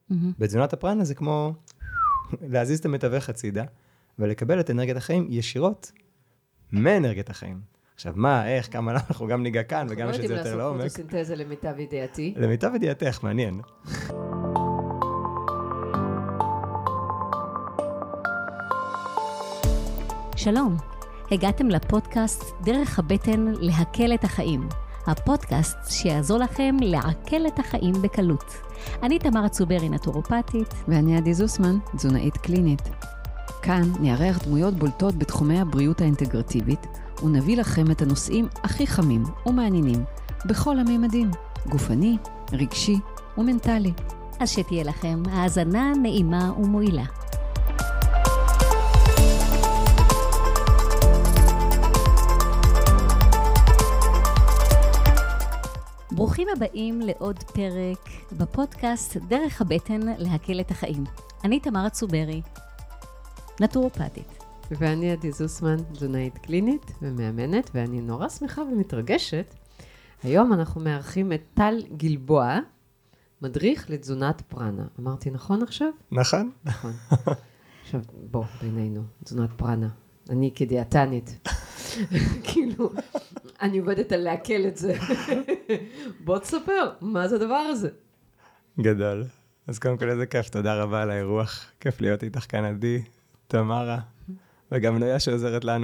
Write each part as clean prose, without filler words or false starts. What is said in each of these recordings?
בתזונת הפרנה זה כמו להזיז את המתווך הצידה, ולקבל את אנרגיית החיים ישירות מאנרגיית החיים. עכשיו, מה, איך, כמה אנחנו גם ניגע כאן, וגם יש את זה יותר לעומק. אנחנו לא יודעים לעשות פוטוסינתזה למיטב ידיעתי. למיטב ידיעתך, מעניין. שלום, הגעתם לפודקאסט דרך הבטן להקל את החיים. הפודקאסט שיעזור לכם לעכל את החיים בקלות. אני תמרה צוברי, נטורופטית. ואני עדי זוסמן, תזונאית קלינית. כאן נארח דמויות בולטות בתחומי הבריאות האינטגרטיבית, ונביא לכם את הנושאים הכי חמים ומעניינים, בכל הממדים, גופני, רגשי ומנטלי. אז שתהיה לכם האזנה נעימה ומועילה. ברוכים הבאים לעוד פרק בפודקאסט דרך הבטן להקל את החיים. אני תמרה צוברי, נטורופטית. ואני עדי זוסמן, תזונאית קלינית ומאמנת, ואני נורא שמחה ומתרגשת. היום אנחנו מארחים את טל גלבוע, מדריך לתזונת פרנה. אמרתי נכון עכשיו? נכון. נכון. עכשיו, בוא, בינינו, תזונת פרנה. אני כדיאטנית. כאילו, אני עובדת על להקל את זה. בוא תספר, מה זה הדבר הזה? גדול. אז קודם כל איזה כיף, תודה רבה על האירוח. כיף להיות איתך כאן עדי, תמרה, וגם נויה שעוזרת לנו.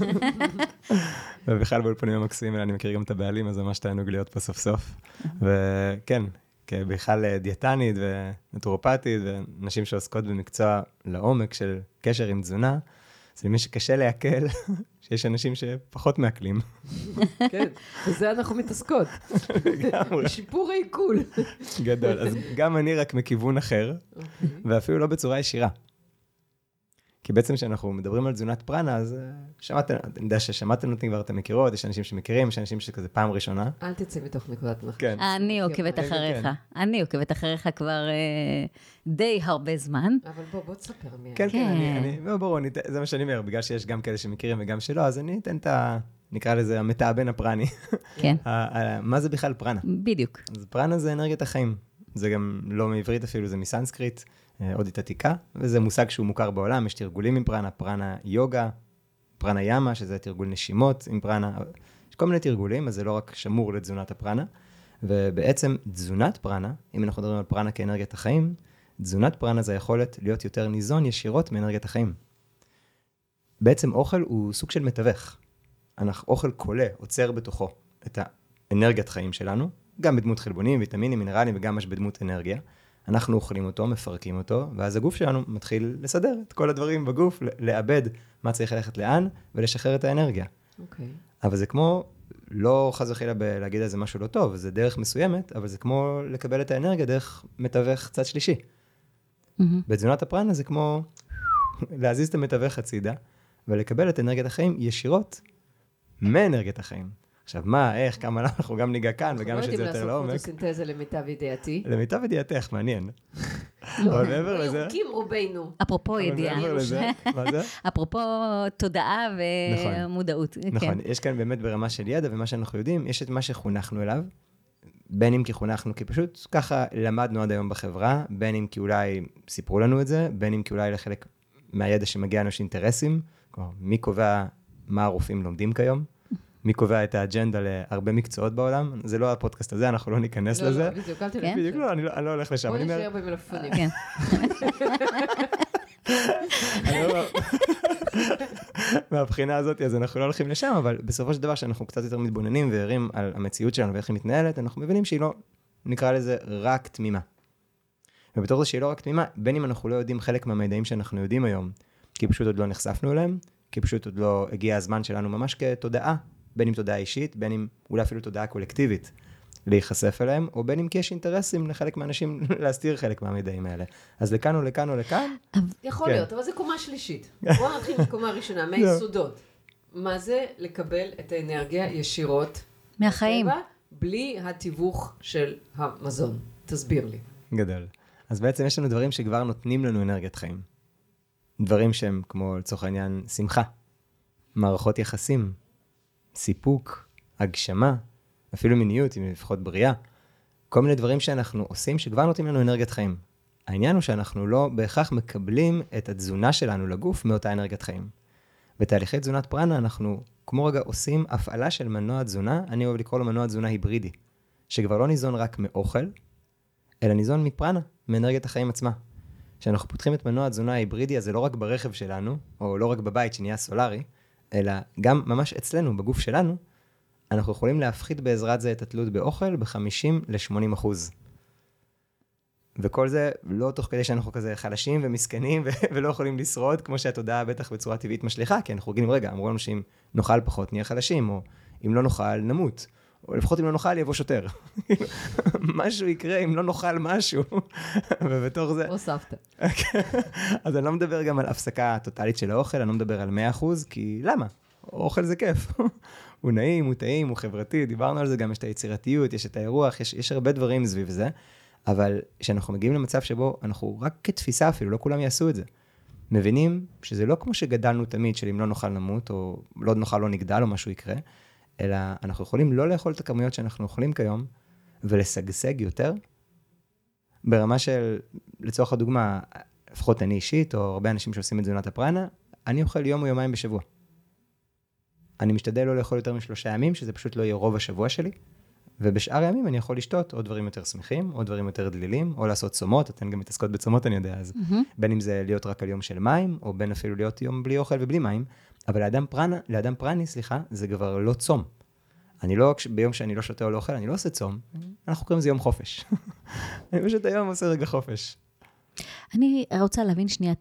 ובכלל באולפנים המקסימים האלה, אני מכיר גם את הבעלים, אז ממש תענוג להיות פה סוף סוף. וכן, בכלל דיאטנית ונטורופטית, ונשים שעוסקות במקצוע לעומק של קשר עם תזונה, אז למי שקשה להקל, שיש אנשים שפחות מעכלים. כן, וזה אנחנו מתעסקות. שיפור העיכול. גדול, אז גם אני רק מכיוון אחר, ואפילו לא בצורה ישירה. כי בעצם כשאנחנו מדברים על תזונת פרנה, אז שמעתם, אני יודע ששמעתם אותי כבר, אתם מכירות, יש אנשים שמכירים, יש אנשים שכזה פעם ראשונה. אל תצא מתוך נקודת מחקר. כן. אני עוקבת אחריך. אני עוקבת אחריך כבר די הרבה זמן. אבל בוא תספר מי. כן, ברור, זה מה שאני אומר, בגלל שיש גם כאלה שמכירים וגם שלא, אז אני אתן את נקרא לזה המתאבן הפרני. כן. מה זה בכלל פרנה? בדיוק. אז פרנה זה אנרגיית החיים. זה גם לא מעברית אפילו, זה מסנסקריט, הודית עתיקה, וזה מושג שהוא מוכר בעולם, יש תרגולים עם פרנה, פרנה יוגה, פרנה ימה, שזה תרגול נשימות עם פרנה, יש כל מיני תרגולים, אז זה לא רק שמור לתזונת הפרנה, ובעצם תזונת פרנה, אם אנחנו מדברים על פרנה כאנרגיית החיים, תזונת פרנה זה היכולת להיות יותר ניזון ישירות מאנרגיית החיים. בעצם אוכל הוא סוג של מתווך. אוכל קולה, עוצר בתוכו את האנרגיית חיים שלנו, גם בדמות חלבונים, ויטמינים, מינרלים, וגם בדמות אנרגיה. אנחנו אוכלים אותו, מפרקים אותו, ואז הגוף שלנו מתחיל לסדר את כל הדברים בגוף, לאבד מה צריך ללכת לאן, ולשחרר את האנרגיה. אוקיי. אבל זה כמו, לא חס וחלילה להגיד על זה משהו לא טוב, זה דרך מסוימת, אבל זה כמו לקבל את האנרגיה דרך מתווך צד שלישי. בתזונת הפרנה זה כמו להזיז את המתווך הצידה, ולקבל את אנרגיית החיים ישירות מאנרגיית החיים. עכשיו, מה, איך, כמה אנחנו גם ניגע כאן, וגם יש את זה יותר לעומק. אנחנו לא יודעים לעשות פוטוסינתזה למיטב ידיעתי. למיטב ידיעתך, מעניין. לא, מעבר לזה... ירוקים רובנו. אפרופו ידיעה. מעבר לזה, מה זה? אפרופו תודעה ומודעות. נכון, יש כאן באמת ברמה של ידע, ומה שאנחנו יודעים, יש את מה שחונכנו אליו, בין אם כי חונכנו, כי פשוט ככה למדנו עד היום בחברה, בין אם כי אולי סיפרו לנו את זה, בין אם כי אולי לחלק מהידע שמגיע לנו יש אינטרסים, מי קובע מה הרופאים לומדים כיום, מי קובע את האג'נדה להרבה מקצועות בעולם, זה לא הפודקאסט הזה, אנחנו לא ניכנס לזה. לא, בדיוק, אל תלך. בדיוק, לא, אני לא הולך לשם. בוא נשאר במלפפונים. כן. מהבחינה הזאת, אז אנחנו לא הולכים לשם, אבל בסופו של דבר שאנחנו קצת יותר מתבוננים וערים על המציאות שלנו ואיך היא מתנהלת, אנחנו מבינים שהיא לא, נקרא לזה, רק תמימה. ובתור זה שהיא לא רק תמימה, בין אם אנחנו לא יודעים חלק מהמידעים שאנחנו יודעים היום, כי פשוט עוד לא נחשפנו אליהם, כי פשוט עוד לא הגיע הזמן שלנו ממש כתודעה, בין אם תודעה אישית, בין אם אולי אפילו תודעה קולקטיבית, להיחשף אליהם, או בין אם כי יש אינטרסים לחלק מהאנשים להסתיר חלק מהמידעים האלה. אז לכאן או לכאן או לכאן. יכול להיות, אבל זה קומה שלישית. בואו נתחיל מקומה ראשונה, מהיסודות. מה זה לקבל את האנרגיה ישירות מהחיים? בלי התיווך של המזון. תסביר לי. גדול. אז בעצם יש לנו דברים שכבר נותנים לנו אנרגיית חיים. דברים שהם כמו לצורך העניין שמחה, מערכות יחסים, סיפוק, הגשמה, אפילו מיניות, אם לפחות בריאה. כל מיני דברים שאנחנו עושים שכבר נותנים לנו אנרגיית חיים. העניין הוא שאנחנו לא בהכרח מקבלים את התזונה שלנו לגוף מאותה אנרגיית חיים. בתהליכי תזונת פרנה אנחנו כמו רגע עושים הפעלה של מנוע תזונה, אני אוהב לקרוא לו מנוע תזונה היברידי, שכבר לא ניזון רק מאוכל, אלא ניזון מפרנה, מאנרגיית החיים עצמה. כשאנחנו פותחים את מנוע התזונה ההיברידי, אז זה לא רק ברכב שלנו, או לא רק בבית שנהיה סולרי, אלא גם ממש אצלנו, בגוף שלנו, אנחנו יכולים להפחית בעזרת זה את התלות באוכל ב-50-80%. וכל זה לא תוך כדי שאנחנו כזה חלשים ומסכנים ולא יכולים לשרוד, כמו שהתודעה בטח בצורה טבעית משליחה, כי אנחנו רגילים, רגע, אמרו לנו שאם נאכל פחות נהיה חלשים, או אם לא נאכל נמות, או לפחות אם לא נאכל יבוא שוטר. משהו יקרה אם לא נאכל משהו, ובתוך זה... הוספת. אז אני לא מדבר גם על הפסקה טוטלית של האוכל, אני לא מדבר על 100%, כי למה? אוכל זה כיף. הוא נעים, הוא טעים, הוא חברתי, דיברנו על זה, גם יש את היצירתיות, יש את האירוח, יש הרבה דברים סביב זה, אבל כשאנחנו מגיעים למצב שבו אנחנו רק כתפיסה אפילו, לא כולם יעשו את זה. מבינים שזה לא כמו שגדלנו תמיד, של אם לא נאכל נמות, או לא נאכל לא נגדל, או משהו יקרה, אלא אנחנו יכולים לא לאכול את הכמויות שאנחנו אוכלים כיום, ולסגסג יותר, ברמה של, לצורך הדוגמה, לפחות אני אישית, או הרבה אנשים שעושים את תזונת הפרנה, אני אוכל יום או יומיים בשבוע. אני משתדל לא לאכול יותר מ3 ימים, שזה פשוט לא יהיה רוב השבוע שלי, ובשאר הימים אני יכול לשתות או דברים יותר שמחים, או דברים יותר דלילים, או לעשות צומות, אתן גם מתעסקות בצומות, אני יודע, אז בין אם זה להיות רק על יום של מים, או בין אפילו להיות יום בלי אוכל ובלי מים, אבל לאדם פרני, זה כבר לא צום. אני לא, ביום שאני לא שותה או לא אוכל, אני לא עושה צום, אנחנו קוראים לזה יום חופש. אני פשוט היום עושה רגע חופש. אני רוצה להבין שנייה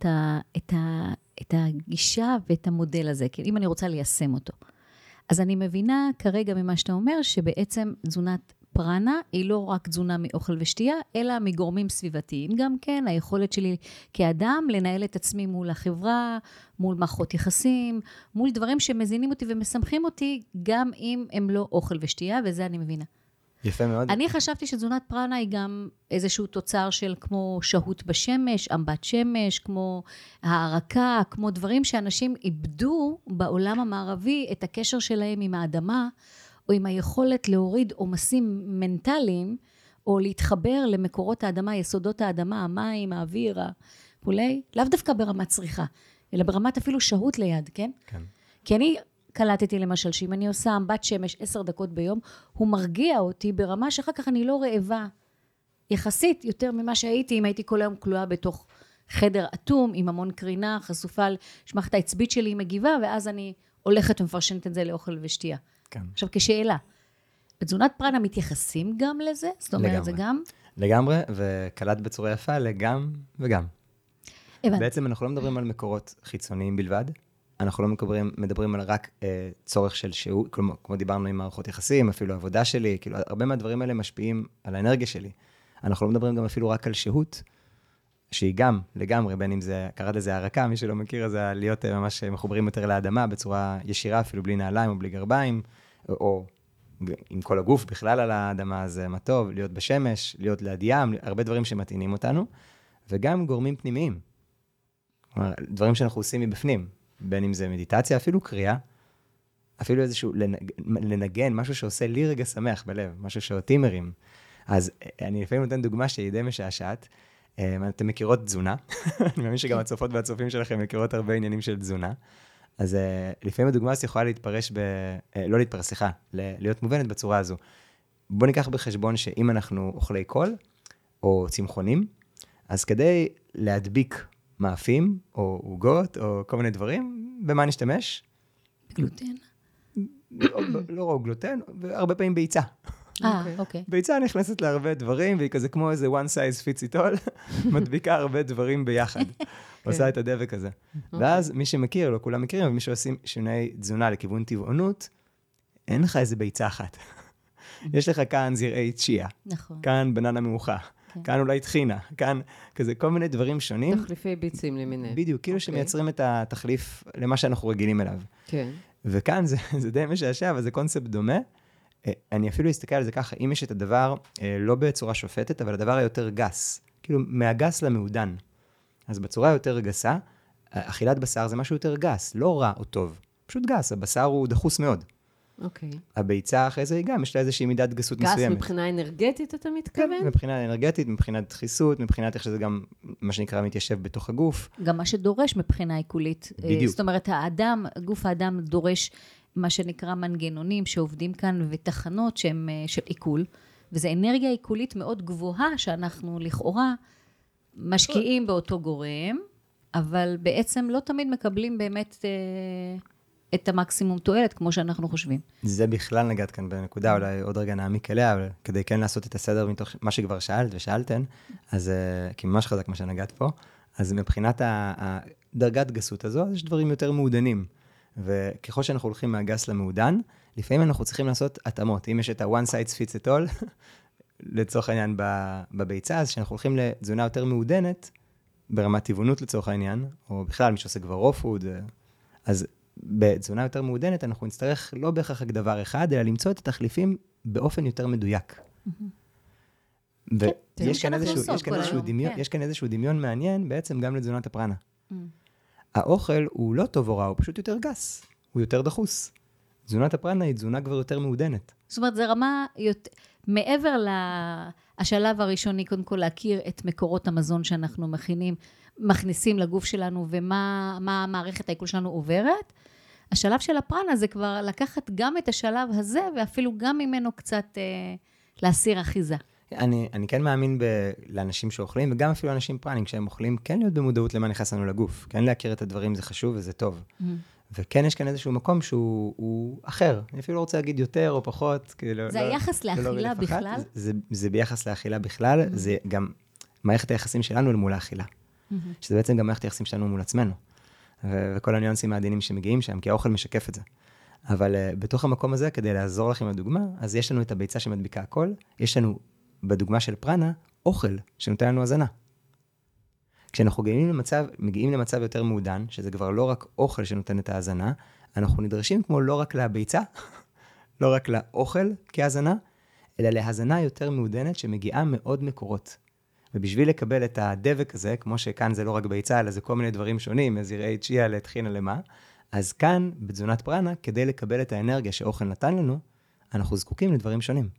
את הגישה ואת המודל הזה, כי אם אני רוצה ליישם אותו. אז אני מבינה כרגע ממה שאתה אומר, שבעצם תזונת פרנה היא לא רק תזונה מאוכל ושתייה, אלא מגורמים סביבתיים גם כן, היכולת שלי כאדם לנהל את עצמי מול החברה, מול מערכות יחסים, מול דברים שמזינים אותי ומשמחים אותי, גם אם הם לא אוכל ושתייה, וזה אני מבינה. יפה מאוד. אני חשבתי שתזונת פרנה היא גם איזשהו תוצר של כמו שהות בשמש, אמבט שמש, כמו הערקה, כמו דברים שאנשים איבדו בעולם המערבי את הקשר שלהם עם האדמה, או עם היכולת להוריד עומסים מנטליים, או להתחבר למקורות האדמה, יסודות האדמה, המים, האוויר, וכולי, לאו דווקא ברמת צריכה, אלא ברמת אפילו שהות ליד, כן? כן. כי אני קלטתי למשל, שאם אני עושה אמבט שמש 10 דקות ביום, הוא מרגיע אותי ברמה שאחר כך אני לא רעבה, יחסית יותר ממה שהייתי, אם הייתי כל היום כלואה בתוך חדר אטום, עם המון קרינה, חשופה על שמחת העצבית שלי מגיבה, ואז אני הולכת ומפרשנת את זה לאוכל ושתייה. כן. עכשיו, כשאלה, בתזונת פרנה מתייחסים גם לזה? זאת אומרת, לגמרי. זה גם? לגמרי, וקלט בצורה יפה לגם וגם. הבנתי. בעצם אנחנו לא מדברים על מקורות חיצוניים בלבד, אנחנו לא מדברים על רק צורך של שהות, כמו דיברנו עם מערכות יחסים, אפילו העבודה שלי, כאילו הרבה מהדברים האלה משפיעים על האנרגיה שלי. אנחנו לא מדברים גם אפילו רק על שהות, שהיא גם לגמרי, בין אם זה, קראת לזה הערקה, מי שלא מכיר, זה להיות ממש מחוברים יותר לאדמה, בצורה ישירה, אפילו בלי נעליים או בלי גרביים, או עם כל הגוף בכלל על האדמה, זה מה טוב, להיות בשמש, להיות ליד ים, הרבה דברים שמתאינים אותנו, וגם גורמים פנימיים. כלומר, דברים שאנחנו עושים מבפנים, בין אם זה מדיטציה, אפילו קריאה, אפילו איזשהו לנגן, משהו שעושה לי רגע שמח בלב, משהו שאותי מרים. אז אני לפעמים נותן דוגמה שהיא די משעשעת, אתם מכירות תזונה, אני מאמין שגם הצופות והצופים שלכם מכירות הרבה עניינים של תזונה, אז לפעמים הדוגמה הזאת יכולה להיות מובנת בצורה הזו. בוא ניקח בחשבון שאם אנחנו אוכלי קול, או צמחונים, אז כדי להדביק מאפים, או עוגות, או כל מיני דברים, במה נשתמש? גלוטן. לא רוב גלוטן, והרבה פעמים ביצה. אוקיי. ביצה נכנסת להרבה דברים, והיא כזה כמו איזה one size fits it all, מדביקה הרבה דברים ביחד. עושה את הדבק הזה. ואז מי שמכיר, לא כולם מכירים, ומי שעושים שינוי תזונה לכיוון טבעונות, אין לך איזה ביצה אחת. יש לך כאן זרעי צ'יה, כאן בננה מאוחה, כאן אולי טחינה, כאן כזה כל מיני דברים שונים. תחליפי ביצים למיניהם. בדיוק, כאילו שמייצרים את התחליף למה שאנחנו רגילים אליו. כן. וכאן זה די משעשע, אבל זה קונספט דומה. אני אפילו אסתכל על זה ככה, אם יש את הדבר, לא בצורה שופטת, אבל הדבר היותר גס, כאילו מהגס למעודן. אז בצורה יותר גסה, אכילת בשר זה משהו יותר גס, לא רע או טוב, פשוט גס, הבשר הוא דחוס מאוד. אוקיי. הביצה אחרי זה היא גם, יש לה איזושהי מידת גסות מסוימת. גס מבחינה אנרגטית, אתה מתכוון? כן, מבחינה אנרגטית, מבחינת דחיסות, מבחינת איך שזה גם, מה שנקרא, מתיישב בתוך הגוף. גם מה שדורש מבחינה עיכולית. בדיוק. זאת אומרת, גוף האדם דורש מה שנקרא מנגנונים שעובדים כאן, ותחנות שהן של עיכול, וזו אנרגיה עיכולית מאוד גבוהה, שאנחנו לכאורה משקיעים באותו גורם, אבל בעצם לא תמיד מקבלים באמת את המקסימום תועלת, כמו שאנחנו חושבים. זה בכלל נגעת כאן בנקודה, אולי עוד רגע נעמיק אליה, אבל כדי כן לעשות את הסדר מתוך מה שכבר שאלת ושאלתן, אז כי ממש חזק מה שנגעת פה, אז מבחינת הדרגת גסות הזו, יש דברים יותר מעודנים. וככל שאנחנו הולכים מהגס למעודן, לפעמים אנחנו צריכים לעשות התאמות. אם יש את ה-one size fits it all, לצורך העניין בביצה, אז כשאנחנו הולכים לתזונה יותר מעודנת, ברמת טבעונות לצורך העניין, או בכלל מי שעושה כבר raw food, אז בתזונה יותר מעודנת, אנחנו נצטרך לא בהכרח רק דבר אחד, אלא למצוא את התחליפים באופן יותר מדויק. ויש כאן איזשהו דמיון מעניין, בעצם גם לתזונת הפרנה. האוכל הוא לא טוב או רע, הוא פשוט יותר גס, הוא יותר דחוס. תזונת הפרנה היא תזונה כבר יותר מעודנת. זאת אומרת, זה רמה מעבר לשלב הראשוני, קודם כל להכיר את מקורות המזון שאנחנו מכניסים לגוף שלנו, ומה מערכת העיכול שלנו עוברת. השלב של הפרנה זה כבר לקחת גם את השלב הזה, ואפילו גם ממנו קצת להסיר אחיזה. אני כן מאמין לאנשים שאוכלים, וגם אפילו אנשים פרנים, כשהם אוכלים, כן להיות במודעות למה נכנס לנו לגוף. כן להכיר את הדברים, זה חשוב וזה טוב. וכן יש כאן איזשהו מקום שהוא אחר. אני אפילו לא רוצה להגיד יותר או פחות. זה היחס לאכילה בכלל? זה ביחס לאכילה בכלל, זה גם מערכת היחסים שלנו מול האכילה. שזה בעצם גם מערכת היחסים שלנו מול עצמנו. וכל הניואנסים העדינים שמגיעים שם, כי האוכל משקף את זה. אבל בתוך המקום הזה, כדי לעזור לכם לדוגמה, אז יש לנו את הביצה שמדביקה הכל, יש לנו בדוגמה של פרנה, אוכל שנותן לנו הזנה. כשאנחנו מגיעים למצב יותר מעודן, שזה כבר לא רק אוכל שנותן את ההזנה, אנחנו נדרשים כמו לא רק להביצה, לא רק לאוכל כהזנה, אלא להזנה יותר מעודנת שמגיעה מאוד מקורות. ובשביל לקבל את הדבק הזה, כמו שכאן זה לא רק ביצה, אלא זה כל מיני דברים שונים, מזרעי צ'יה לטחינה למה, אז כאן, בתזונת פרנה, כדי לקבל את האנרגיה שאוכל נתן לנו, אנחנו זקוקים לדברים שונים.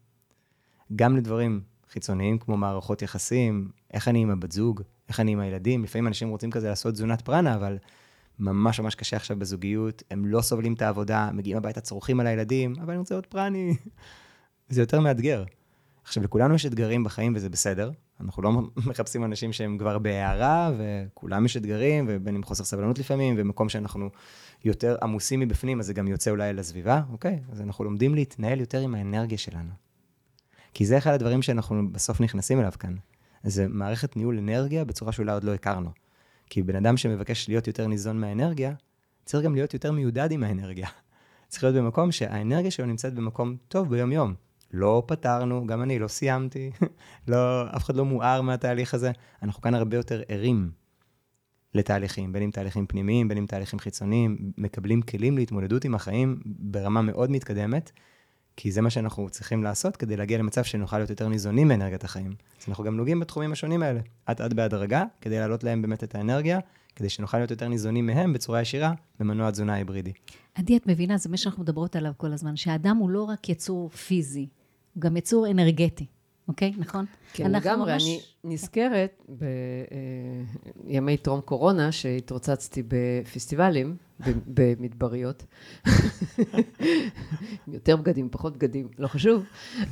גם לדברים חיצוניים, כמו מערכות יחסים, איך אני עם הבת זוג, איך אני עם הילדים. לפעמים אנשים רוצים כזה לעשות תזונת פרנה, אבל ממש ממש קשה עכשיו בזוגיות, הם לא סובלים את העבודה, מגיעים הביתה, צורכים על הילדים, אבל אני רוצה עוד פרני. זה יותר מאתגר. עכשיו, לכולנו יש אתגרים בחיים, וזה בסדר. אנחנו לא מחפשים אנשים שהם כבר בהערה, וכולם יש אתגרים, ובין עם חוסר סבלנות לפעמים, ומקום שאנחנו יותר עמוסים מבפנים, אז זה גם יוצא אולי לסביבה, אוקיי? אז אנחנו לומדים להתנהל יותר עם האנרגיה שלנו. כי זה אחד הדברים שאנחנו בסוף נכנסים אליו כאן. זה מערכת ניהול אנרגיה בצורה שאולי עוד לא הכרנו. כי בן אדם שמבקש להיות יותר ניזון מהאנרגיה, צריך גם להיות יותר מיודד עם האנרגיה. צריך להיות במקום שהאנרגיה שלו נמצאת במקום טוב ביום יום. לא פתרנו, גם אני לא סיימתי, אף אחד לא מואר מהתהליך הזה. אנחנו כאן הרבה יותר ערים לתהליכים, בין אם תהליכים פנימיים, בין אם תהליכים חיצוניים, מקבלים כלים להתמודדות עם החיים ברמה מאוד מתקדמת, כי זה מה שאנחנו צריכים לעשות כדי להגיע למצב שנוכל להיות יותר ניזונים מאנרגיית החיים. אז אנחנו גם נוגעים בתחומים השונים האלה, עד בהדרגה, כדי להעלות להם באמת את האנרגיה, כדי שנוכל להיות יותר ניזונים מהם בצורה ישירה, במנוע התזונה ההיברידי. עדי, את מבינה, זה מה שאנחנו מדברות עליו כל הזמן, שהאדם הוא לא רק יצור פיזי, הוא גם יצור אנרגטי, אוקיי? נכון? כן, לגמרי, אני נזכרת בימי טרום קורונה, שהתרוצצתי בפסטיבלים, במדבריות, יותר בגדים, פחות בגדים, לא חשוב.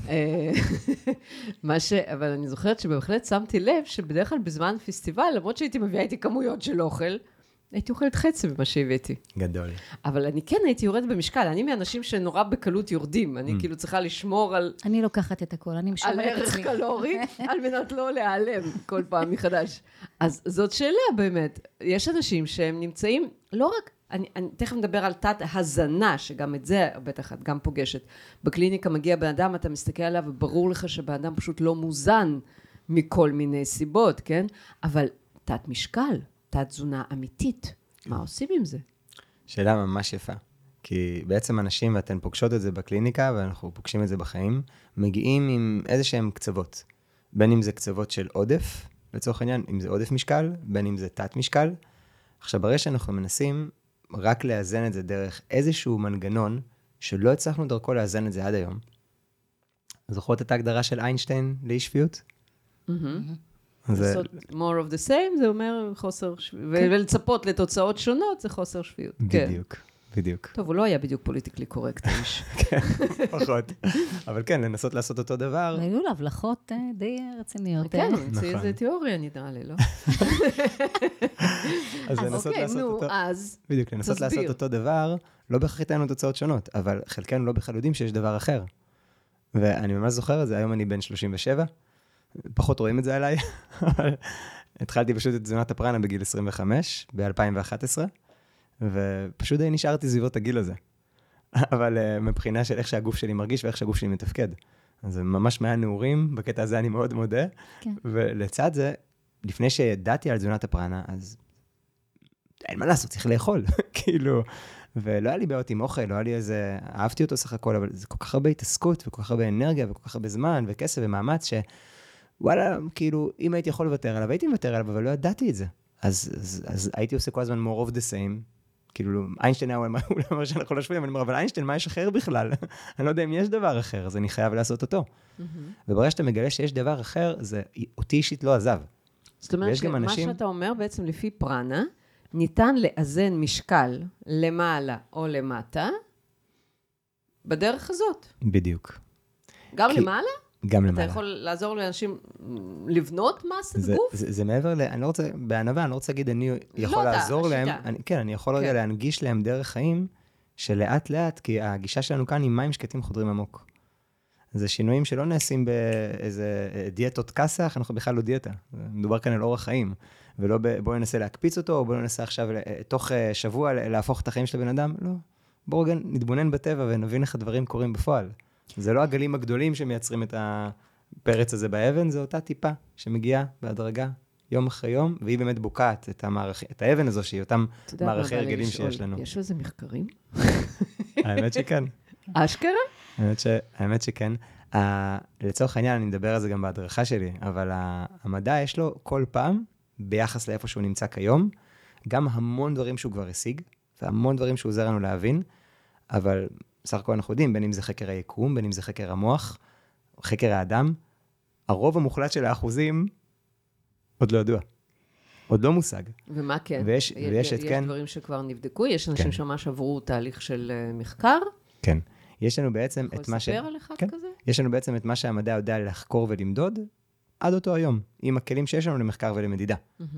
אבל אני זוכרת שבהחלט שמתי לב שבדרך כלל בזמן פסטיבל, למרות שהייתי מביאה איתי כמויות של אוכל, הייתי אוכלת חצי במה שהבאתי. גדול. אבל אני כן הייתי יורדת במשקל. אני מאנשים שנורא בקלות יורדים. אני כאילו צריכה לשמור על... אני לוקחת את הכל, אני משמרת על ערך קלורי, על מנת לא להיעלם כל פעם מחדש. אז זאת שאלה באמת. יש אנשים שהם נמצאים, לא רק... אני תכף מדבר על תת הזנה, שגם את זה בטח את גם פוגשת. בקליניקה מגיע בן אדם, אתה מסתכל עליו, וברור לך שבן אדם פשוט לא מוזן מכל מיני סיבות, כן? אבל תת משקל. תת תזונה אמיתית. מה עושים עם זה? שאלה ממש יפה. כי בעצם אנשים, ואתן פוגשות את זה בקליניקה, ואנחנו פוגשים את זה בחיים, מגיעים עם איזשהם קצוות. בין אם זה קצוות של עודף, לצורך העניין, אם זה עודף משקל, בין אם זה תת משקל. עכשיו, ברגע שאנחנו מנסים רק לאזן את זה דרך איזשהו מנגנון, שלא הצלחנו דרכו לאזן את זה עד היום. זוכרות את ההגדרה של איינשטיין לאי שפיות? לעשות more of the same, זה אומר חוסר שפיות, ולצפות לתוצאות שונות, זה חוסר שפיות. בדיוק, בדיוק. טוב, הוא לא היה בדיוק פוליטיקלי קורקט, איש. כן, פחות. אבל כן, לנסות לעשות אותו דבר. והיו לה הבלחות די רציניות. כן, נמציא איזה תיאוריה, נדע לי, לא? אז לנסות לעשות אותו... אז בדיוק, לנסות לעשות אותו דבר, לא בהכרח איתנו תוצאות שונות, אבל חלקנו לא בכלל יודעים שיש דבר אחר. ואני ממש זוכר את זה, היום אני בן 37, פחות רואים את זה עליי, אבל התחלתי פשוט את תזונת הפרנה בגיל 25, ב-2011, ופשוט די נשארתי סביבות הגיל הזה. אבל מבחינה של איך שהגוף שלי מרגיש ואיך שהגוף שלי מתפקד. אז זה ממש מהנעורים, בקטע הזה אני מאוד מודה. כן. ולצד זה, לפני שידעתי על תזונת הפרנה, אז אין מה לעשות, צריך לאכול. כאילו, ולא היה לי בעיות עם אוכל, לא היה לי איזה, אהבתי אותו סך הכל, אבל זה כל כך הרבה התעסקות, וכל כך הרבה אנרגיה, וכל כך הרבה זמן, וכסף ומאמץ, שוואלה, כאילו, אם הייתי יכול לוותר עליו, הייתי מוותר עליו, אבל לא ידעתי את זה. אז הייתי עושה כל הזמן more of the same, כאילו, איינשטיין היה אומר שאנחנו לא שווים, אני אומר, אבל איינשטיין, מה יש אחר בכלל? אני לא יודע אם יש דבר אחר, אז אני חייב לעשות אותו. וברגע שאתה מגלה שיש דבר אחר, זה אותי אישית לא עזב. זאת אומרת שמה שאתה אומר בעצם לפי פרנה, ניתן לאזן משקל למעלה או למטה, בדרך הזאת. בדיוק. גם למעלה? גם למעלה. אתה יכול לעזור לאנשים לבנות מסת גוף? זה מעבר אני לא רוצה, בענווה, אני לא רוצה להגיד, אני יכול לעזור להם, כן, אני יכול רגע להנגיש להם דרך חיים, שלאט לאט, כי הגישה שלנו כאן היא מים שקטים חודרים עמוק. זה שינויים שלא נעשים באיזה דיאטות כסח, אנחנו בכלל לא דיאטה. מדובר כאן על אורח חיים, ולא בואו ננסה להקפיץ אותו, או בואו ננסה עכשיו תוך שבוע להפוך את החיים של הבן אדם, לא. בואו רגע נתבונן בטבע ונבין איך הדברים קורים בפועל. זה לא הגלים הגדולים שמייצרים את הפרץ הזה באבן, זה אותה טיפה שמגיעה בהדרגה יום אחרי יום, והיא באמת בוקעת את האבן הזו, שהיא אותם מערכי הרגלים שיש לנו. יש לזה מחקרים? האמת שכן. אשכרה? האמת שכן. לצורך העניין, אני מדבר על זה גם בהדרכה שלי, אבל המדע יש לו כל פעם, ביחס לאיפה שהוא נמצא כיום, גם המון דברים שהוא כבר השיג, והמון דברים שהוא עוזר לנו להבין, אבל בסך הכל אנחנו יודעים, בין אם זה חקר היקום, בין אם זה חקר המוח, חקר האדם, הרוב המוחלט של האחוזים עוד לא ידוע. עוד לא מושג. ומה כן? ויש יש דברים שכבר נבדקו? יש אנשים שממש עברו תהליך של מחקר? כן. יש לנו בעצם את מה יכול לספר על אחד כזה? יש לנו בעצם את מה שהמדע יודע לחקור ולמדוד, עד אותו היום, עם הכלים שיש לנו למחקר ולמדידה.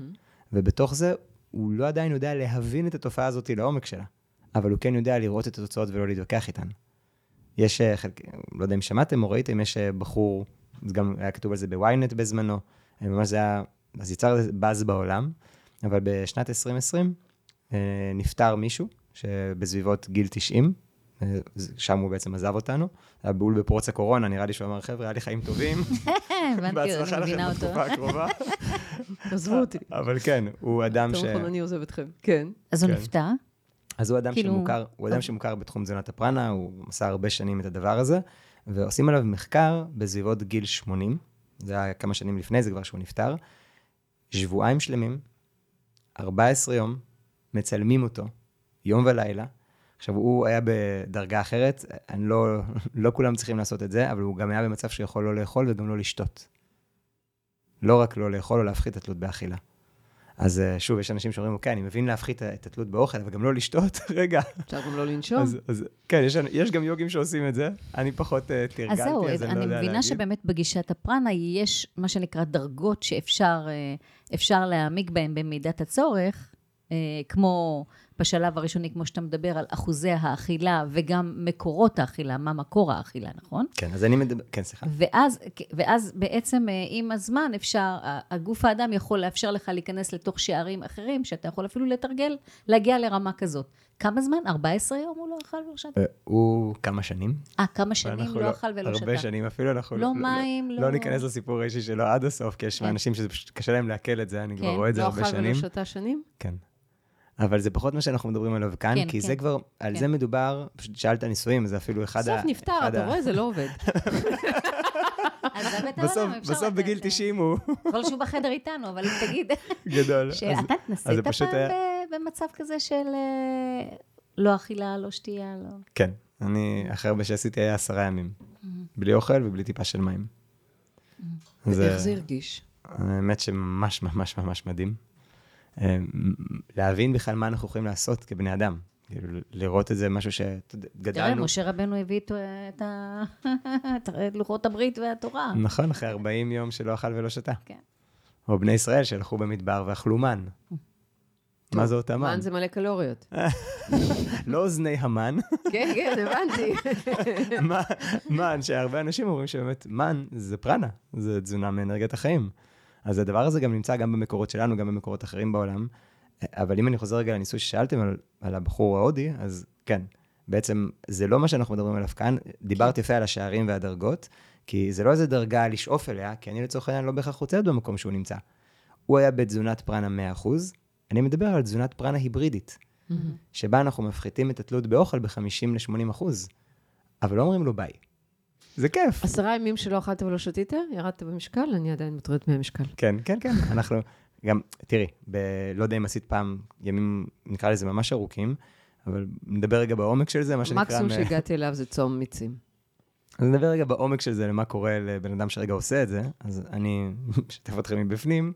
ובתוך זה, הוא לא עדיין יודע להבין את התופעה הזאת לעומק שלה, אבל הוא כן יודע לראות את התוצאות ולא להתווכח איתן. יש, לא יודע אם שמעתם או ראיתם, יש בחור, זה גם היה כתוב על זה בוויינט בזמנו, ממש זה היה, אז יצר באז בעולם, אבל בשנת 2020 נפטר מישהו, שבסביבות גיל 90, שם הוא בעצם עזב אותנו, היה בעול בפרוץ הקורונה, נראה לי שהוא אמר, חבר'ה, היה לי חיים טובים, בהצלחה לכם בתקופה הקרובה. עזבו אותי. אבל כן, הוא אדם ש... אני עוזב אתכם, כן. אז הוא נפטר? אז הוא אדם שמוכר, הוא אדם שמוכר בתחום תזונת הפרנה, הוא עשה הרבה שנים את הדבר הזה, ועושים עליו מחקר בסביבות גיל 80, זה היה כמה שנים לפני, זה כבר שהוא נפטר, שבועיים שלמים, 14 יום, מצלמים אותו, יום ולילה, עכשיו, הוא היה בדרגה אחרת, לא כולם צריכים לעשות את זה, אבל הוא גם היה במצב שיכול לא לאכול וגם לא לשתות. לא רק לא לאכול או להפחית את התלות באכילה. אז שוב, יש אנשים שאומרים, אוקיי, אני מבין להפחית את התלות באוכל, אבל גם לא לשתות, רגע. אפשר גם לא לנשום. אז כן, יש גם יוגים שעושים את זה, אני פחות תרגלתי, אז אני לא יודע להגיד. אני מבינה שבאמת בגישת הפרנה יש מה שנקרא דרגות שאפשר להעמיק בהן במידת הצורך, כמו בשלב הראשוני, כמו שאתה מדבר על אחוזי האכילה, וגם מקורות האכילה, מה מקור האכילה, נכון? כן, אז אני מדבר, כן, סליחה. ואז בעצם עם הזמן אפשר, הגוף האדם יכול לאפשר לך להיכנס לתוך שערים אחרים, שאתה יכול אפילו לתרגל, להגיע לרמה כזאת. כמה זמן? 14 יום הוא לא אכל ולא שתה? הוא כמה שנים. כמה שנים לא אכל ולא שתה? הרבה שנים אפילו, אנחנו לא מים, לא ניכנס לסיפור האישי שלו עד הסוף, כי יש אנשים שזה פשוט קשה להם לעכל את זה, אני כבר רואה את זה הרבה שנים. לא אכל ולא שתה שנים? כן. אבל זה פחות מה שאנחנו מדברים עליו כאן, כן, כי כן. זה כבר, על זה מדובר, פשוט שאלת ניסויים, זה אפילו אחד סוף נפטר, אתה רואה, זה לא עובד. בסוף בגיל 90 הוא... כל שהוא בחדר איתנו, אבל תגיד, גדול. שאתה תנסית פעם במצב כזה של לא אכילה, לא שתייה, לא... כן, אני, הכי הרבה שעשיתי היה 10 ימים. בלי אוכל ובלי טיפה של מים. איך זה הרגיש? האמת שממש ממש ממש מדהים. להבין בכלל מה אנחנו יכולים לעשות כבני אדם. לראות את זה משהו שגדלנו. תראה, משה רבנו הביא איתו את לוחות הברית והתורה. נכון, אחרי 40 יום שלא אכל ולא שתה. כן. או בני ישראל שהלכו במדבר ואכלו מן. מה זה אותה מן? מן זה מלא קלוריות. לא אוזני המן. כן, כן, הבנתי. מן, שהרבה אנשים אומרים שבאמת מן זה פרנה, זה תזונה מאנרגיית החיים. אז הדבר הזה גם נמצא גם במקורות שלנו, גם במקורות אחרים בעולם. אבל אם אני חוזר רגע לניסוי ששאלתם על הבחור ההודי, אז כן, בעצם זה לא מה שאנחנו מדברים עליו כאן. דיברת יפה על השערים והדרגות, כי זה לא איזה דרגה לשאוף אליה, כי אני לצורך העניין לא בהכרח רוצה להיות במקום שהוא נמצא. הוא היה בתזונת פרנה 100%, אני מדבר על תזונת פרנה היברידית, שבה אנחנו מפחיתים את התלות באוכל ב-50-80%, אבל לא אומרים לו ביי. זה כיף. 10 ימים שלא אכלת ולא שתית? ירדת במשקל? אני עדיין מטרדת מהמשקל. כן, כן, כן. אנחנו גם, תראי, לא יודע אם עשית פעם ימים, נקרא לזה ממש ארוכים, אבל נדבר רגע בעומק של זה, מה שנקרא... המקסימום שהגעתי אליו זה צום מיצים. אז נדבר רגע בעומק של זה, למה קורה לבן אדם שרגע עושה את זה, אז אני משתף אתכם מבפנים,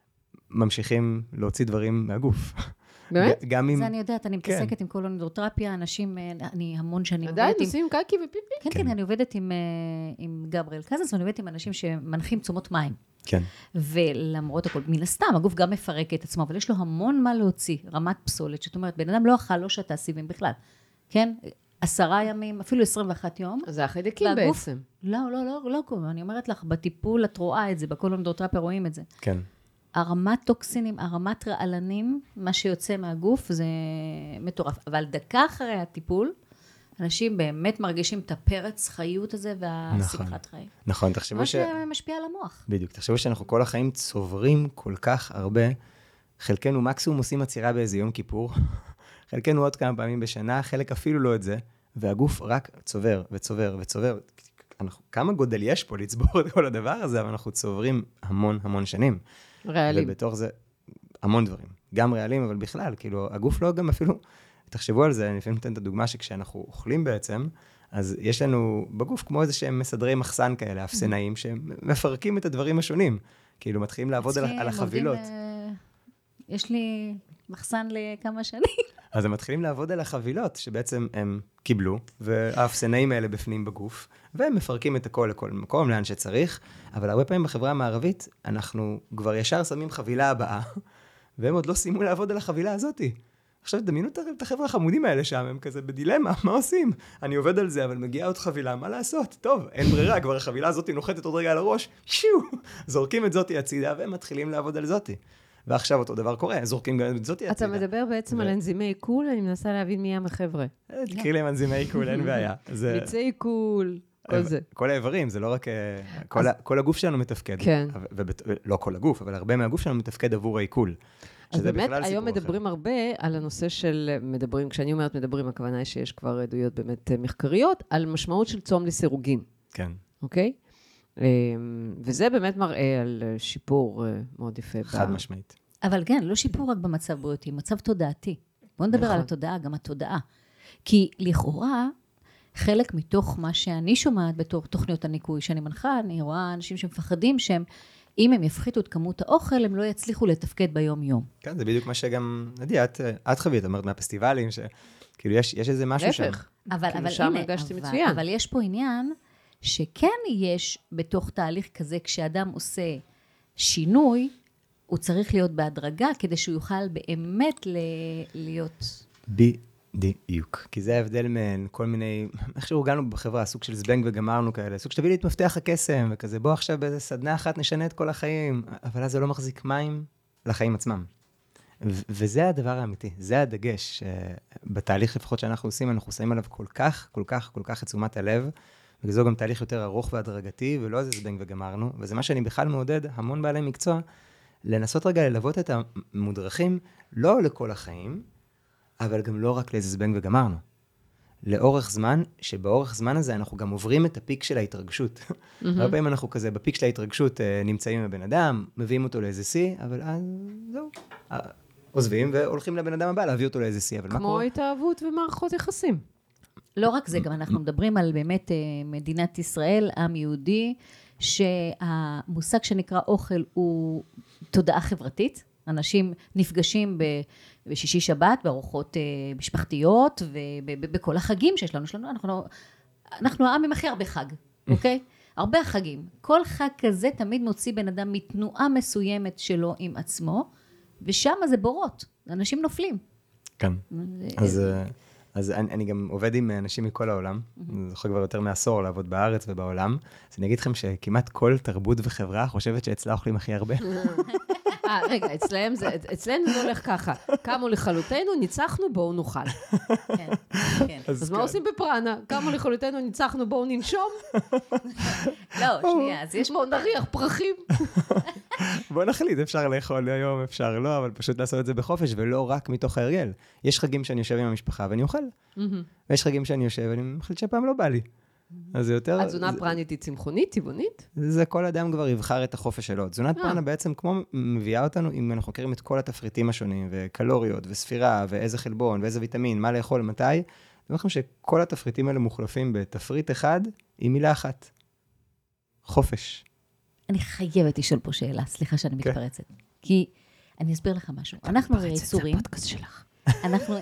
ממשיכים להוציא דברים מהגוף. באמת? גם אם... זה אני יודעת, אני מתעסקת עם קולונדרותרפיה, אנשים, אני המון שנים עדיין עובדת עם... עושים קקי ופיפי? כן, כן, אני עובדת עם גבריאל קזנס, ואני עובדת עם אנשים שמנחים תשומות מים. כן. ולמרות הכל, מן הסתם, הגוף גם מפרק את עצמו, אבל יש לו המון מה להוציא, רמת פסולת, שאת אומרת, בן אדם לא אכל, לא שתה סיבים בכלל. כן? 10 ימים, אפילו 21 יום. זה החיידקים בעצם. לא, אני אומרת לך, בטיפול את רואה את זה, בקולונדרותרפיה רואים את זה. כן. הרמת טוקסינים, הרמת רעלנים, מה שיוצא מהגוף, זה מטורף. אבל דקה אחרי הטיפול, אנשים באמת מרגישים את הפרץ חיות הזה והשמחת חיים. נכון, תחשבו ש... מה שמשפיע על המוח. בדיוק, תחשבו שאנחנו כל החיים צוברים כל כך הרבה, חלקנו מקסימום עושים עצירה באיזה יום כיפור, חלקנו עוד כמה פעמים בשנה, חלק אפילו לא את זה, והגוף רק צובר וצובר וצובר. כמה גודל יש פה לצבור את כל הדבר הזה, אבל אנחנו צוברים המון המון שנים. ריאלים. ובתוך זה המון דברים. גם ריאלים, אבל בכלל, כאילו, הגוף לא גם אפילו, תחשבו על זה, אני לפעמים נותן את הדוגמה שכשאנחנו אוכלים בעצם, אז יש לנו בגוף כמו איזה שהם מסדרי מחסן כאלה, אפסנאים, שמפרקים את הדברים השונים. כאילו, מתחילים לעבוד על החבילות. יש לי מחסן לכמה שנים. אז הם מתחילים לעבוד על החבילות, שבעצם הם קיבלו, והאפסנאים האלה בפנים בגוף, והם מפרקים את הכל לכל מקום, לאן שצריך, אבל הרבה פעמים בחברה המערבית, אנחנו כבר ישר שמים חבילה הבאה, והם עוד לא סיימו לעבוד על החבילה הזאת. עכשיו, דמיינו את החבר'ה החמודים האלה שם, הם כזה בדילמה, מה עושים? אני עובד על זה, אבל מגיעה עוד חבילה, מה לעשות? טוב, אין ברירה, כבר החבילה הזאת נוחתת עוד רגע על הראש, זורקים את זאתי הצידה, והם מתחילים לעבוד על זאתי. ועכשיו אותו דבר קורה, זורקים גם את זאתי הצידה. אתה מדבר בעצם על אנזימי עיכול, אני מנסה להבין מי הם החבר'ה. תקריא להם אנזימי עיכול, אין בעיה. מיצי עיכול, כל זה. כל האיברים, זה לא רק... כל הגוף שלנו מתפקד. כן. לא כל הגוף, אבל הרבה מהגוף שלנו מתפקד עבור העיכול. אז באמת, היום מדברים הרבה על הנושא של מדברים, כשאני אומרת מדברים, הכוונה היא שיש כבר עדויות באמת מחקריות, על משמעות של צום לסירוגין. כן. אוקיי? וזה באמת מראה על שיפור מאוד יפה. חד משמעית. אבל כן, לא שיפור רק במצב בריאותי, מצב תודעתי. בואו נדבר על התודעה, גם התודעה. כי לכאורה, חלק מתוך מה שאני שומעת בתור תוכניות הניקוי שאני מנחה, אני רואה אנשים שמפחדים שהם, אם הם יפחיתו את כמות האוכל, הם לא יצליחו לתפקד ביום-יום. כן, זה בדיוק מה שגם, נדיה, את חווית, אמרת מהפסטיבלים, שכאילו יש איזה משהו שם. אבל שם הרגשתי מצוין. אבל יש פה עניין שכן יש בתוך תהליך כזה, כשאדם עושה שינוי, הוא צריך להיות בהדרגה, כדי שהוא יוכל באמת להיות... בדיוק. כי זה ההבדל מן כל מיני, איך שהורגלנו בחברה, סוג של זבנג וגמרנו כאלה, סוג שתביא לי את מפתח הקסם, וכזה בוא עכשיו באיזה סדנה אחת נשנה את כל החיים, אבל אז זה לא מחזיק מים לחיים עצמם. וזה הדבר האמיתי, זה הדגש, בתהליך לפחות שאנחנו עושים, אנחנו שמים עליו כל כך את תשומת הלב, וזו גם תהליך יותר ארוך והדרגתי, ולא איזה זבנג וגמרנו, וזה מה שאני בכלל מעודד המון בעלי מקצוע, לנסות רגע ללוות את המודרכים, לא לכל החיים, אבל גם לא רק לאיזה זבנג וגמרנו. לאורך זמן, שבאורך זמן הזה אנחנו גם עוברים את הפיק של ההתרגשות. הרבה פעמים אנחנו כזה, בפיק של ההתרגשות נמצאים עם הבן אדם, מביאים אותו לאיזה שיא, אבל אז זהו. עוזבים והולכים לבן אדם הבא להביא אותו לאיזה שיא, אבל מה קורה? כמו התאהבות ומערכות יחסים. לא רק זה, גם אנחנו מדברים על באמת מדינת ישראל, עם יהודי, שהמושג שנקרא אוכל הוא תודעה חברתית. אנשים נפגשים בשישי שבת, בארוחות משפחתיות, ובכל החגים שיש לנו. אנחנו העם עם הכי הרבה חג, אוקיי? הרבה חגים. כל חג כזה תמיד מוציא בן אדם מתנועה מסוימת שלו עם עצמו, ושם זה בורות. אנשים נופלים. כן. אז אני גם עובד עם אנשים מכל העולם, זה יכול כבר יותר מעשור לעבוד בארץ ובעולם, אז אני אגיד לכם שכמעט כל תרבות וחברה חושבת שאצלה אוכלים הכי הרבה. רגע, אצלנו זה הולך ככה, קמו לכלותנו, ניצחנו, בואו נאכל. כן. אז מה עושים בפרנה? קמו לכלותנו, ניצחנו, בואו ננשום. לא, שנייה, אז יש... בואו נריח פרחים. בואו נחליט, אפשר לאכול היום, אפשר לא, אבל פשוט לעשות את זה בחופש, ולא רק מתוך ההרגל. יש חגים שאני יושב עם המשפחה ואני אוכל, ויש חגים שאני יושב ואני מחליט שהפעם לא בא לי. אז זה יותר... התזונה פרנית היא צמחונית, טבעונית? זה כל אדם כבר יבחר את החופש שלו. תזונת פרנה בעצם כמו מביאה אותנו, אם אנחנו מכירים את כל התפריטים השונים, וקלוריות, וספירה, ואיזה חלבון, ואיזה ויטמין, מה לאכול, מתי, אני אומר לכם שכל התפריטים האלה מוחלפים בתפריט אחד, עם מילה אחת. חופש. אני חייבת לשאול פה שאלה, סליחה שאני מתפרצת. כי אני אסביר לך משהו. אנחנו יצורים... זה הפודקאסט שלך. אנחנו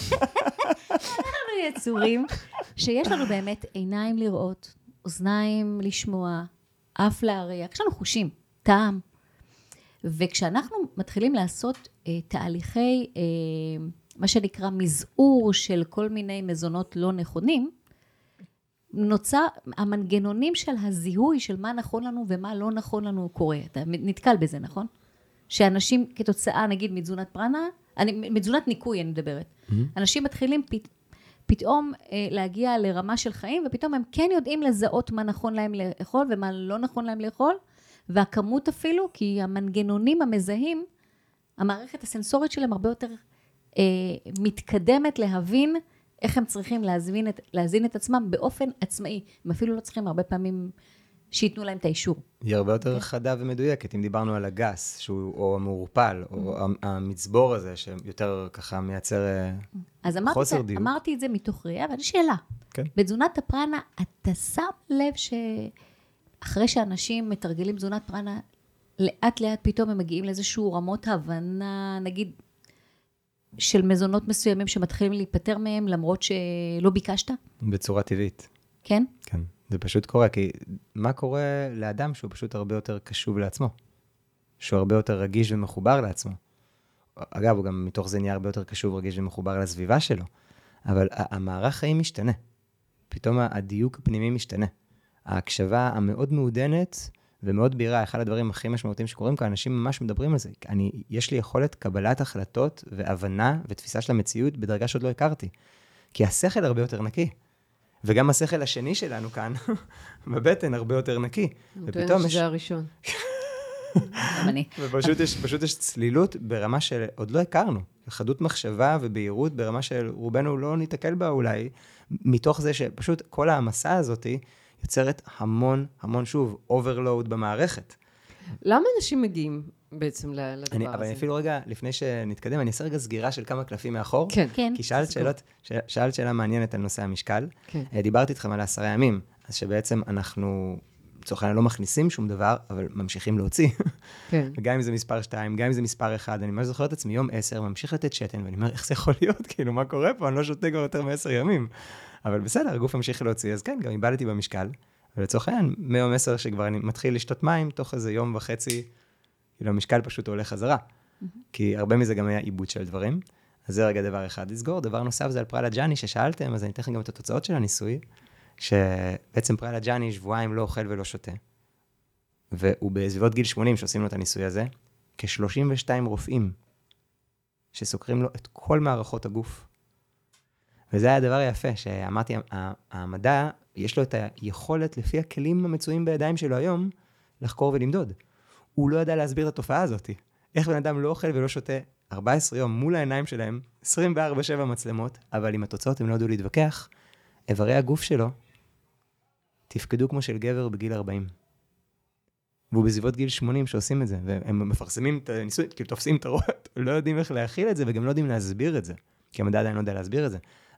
יצורים שיש לנו באמת עיניים לראות, אוזניים לשמוע, אף להריח, יש לנו חושים, טעם. וכשאנחנו מתחילים לעשות תהליכי, מה שנקרא מזעור של כל מיני מזונות לא נכונים, נוצר, המנגנונים של הזיהוי של מה נכון לנו ומה לא נכון לנו קורה. אתה נתקל בזה, נכון? שאנשים כתוצאה, נגיד, מתזונת פרנה, מתזונת ניקוי אני מדברת. אנשים מתחילים פתאום להגיע לרמה של חיים, ופתאום הם כן יודעים לזהות מה נכון להם לאכול ומה לא נכון להם לאכול, והכמות אפילו, כי המנגנונים המזהים, המערכת הסנסורית שלהם הרבה יותר מתקדמת להבין איך הם צריכים להזין את עצמם באופן עצמאי. הם אפילו לא צריכים הרבה פעמים שיתנו להם את האישור. היא הרבה יותר חדה ומדויקת, אם דיברנו על הגס, או המעורפל, או המצבור הזה, שיותר ככה מייצר חוסר דיוק. אז אמרתי את זה מתוך ראייה, אבל שאלה. בתזונת הפרנה, אתה שם לב שאחרי שאנשים מתרגלים תזונת פרנה, לאט לאט פתאום הם מגיעים לאיזשהו רמות הבנה, נגיד, של מזונות מסוימים שמתחילים להיפטר מהם, למרות שלא ביקשת? בצורה טבעית. כן? כן. זה פשוט קורה, כי מה קורה לאדם שהוא פשוט הרבה יותר קשוב לעצמו? שהוא הרבה יותר רגיש ומחובר לעצמו. אגב, הוא גם מתוך זה נהיה הרבה יותר קשוב, רגיש ומחובר לסביבה שלו. אבל המערך חיים משתנה. פתאום הדיוק הפנימי משתנה. ההקשבה המאוד מעודנת ומאוד בהירה, אחד הדברים הכי משמעותיים שקורים כאן, אנשים ממש מדברים על זה. יש לי יכולת קבלת החלטות והבנה ותפיסה של המציאות בדרגה שעוד לא הכרתי. כי השכל הרבה יותר נקי. וגם השכל השני שלנו כאן, בבטן, הרבה יותר נקי. ופתאום יש... זה הראשון. ופשוט יש צלילות ברמה שעוד לא הכרנו. חדות מחשבה ובהירות ברמה של רובנו לא ניתקל בה אולי, מתוך זה שפשוט כל המסע הזאת יוצרת המון, שוב, overload במערכת. למה אנשים מגיעים בעצם לדבר הזה? אבל אפילו רגע, לפני שנתקדם, אני אעשה רגע סגירה של כמה קלפים מאחור. כן. כי שאלת שאלה מעניינת על נושא המשקל. דיברתי איתכם על 10 ימים, אז שבעצם אנחנו, לצורך העניין, לא מכניסים שום דבר, אבל ממשיכים להוציא. וגם אם זה מספר 2, גם אם זה מספר 1, אני ממש זוכר את עצמי, יום 10, ממשיך לתת שתן, ואני אומר, איך זה יכול להיות? כאילו, מה קורה פה? אני לא שותה כבר יותר מ10 ימים. אבל בסדר, הגוף ממשיך להוציא, אז כן, גם איבדתי במשקל. ולצורך העניין, מיום 10 שכבר אני מתחיל לשתות מים, תוך איזה יום וחצי, כאילו, המשקל פשוט עולה חזרה. כי הרבה מזה גם היה עיבוד של דברים. אז זה רגע דבר אחד לסגור. דבר נוסף זה על פרלה ג'אני ששאלתם, אז אני אתן לכם גם את התוצאות של הניסוי, שבעצם פרלה ג'אני שבועיים לא אוכל ולא שותה. והוא בסביבות גיל 80 שעושים לו את הניסוי הזה, כ-32 רופאים שסוקרים לו את כל מערכות הגוף. וזה היה הדבר היפה, שאמרתי, המדע, יש לו את היכולת, לפי הכלים המצויים בידיים שלו היום, לחקור ולמדוד. הוא לא ידע להסביר את התופעה הזאת. איך בן אדם לא אוכל ולא שותה 14 יום מול העיניים שלהם, 24/7 מצלמות, אבל עם התוצאות הם לא ידעו להתווכח, איברי הגוף שלו תפקדו כמו של גבר בגיל 40. והוא בסביבות גיל 80 שעושים את זה, והם מפרסמים את הניסוי, כאילו תופסים את הרוט, לא יודעים איך להכיל את זה, וגם לא יודעים להסביר את זה, כי המדע עדיין לא יודע להסביר את זה.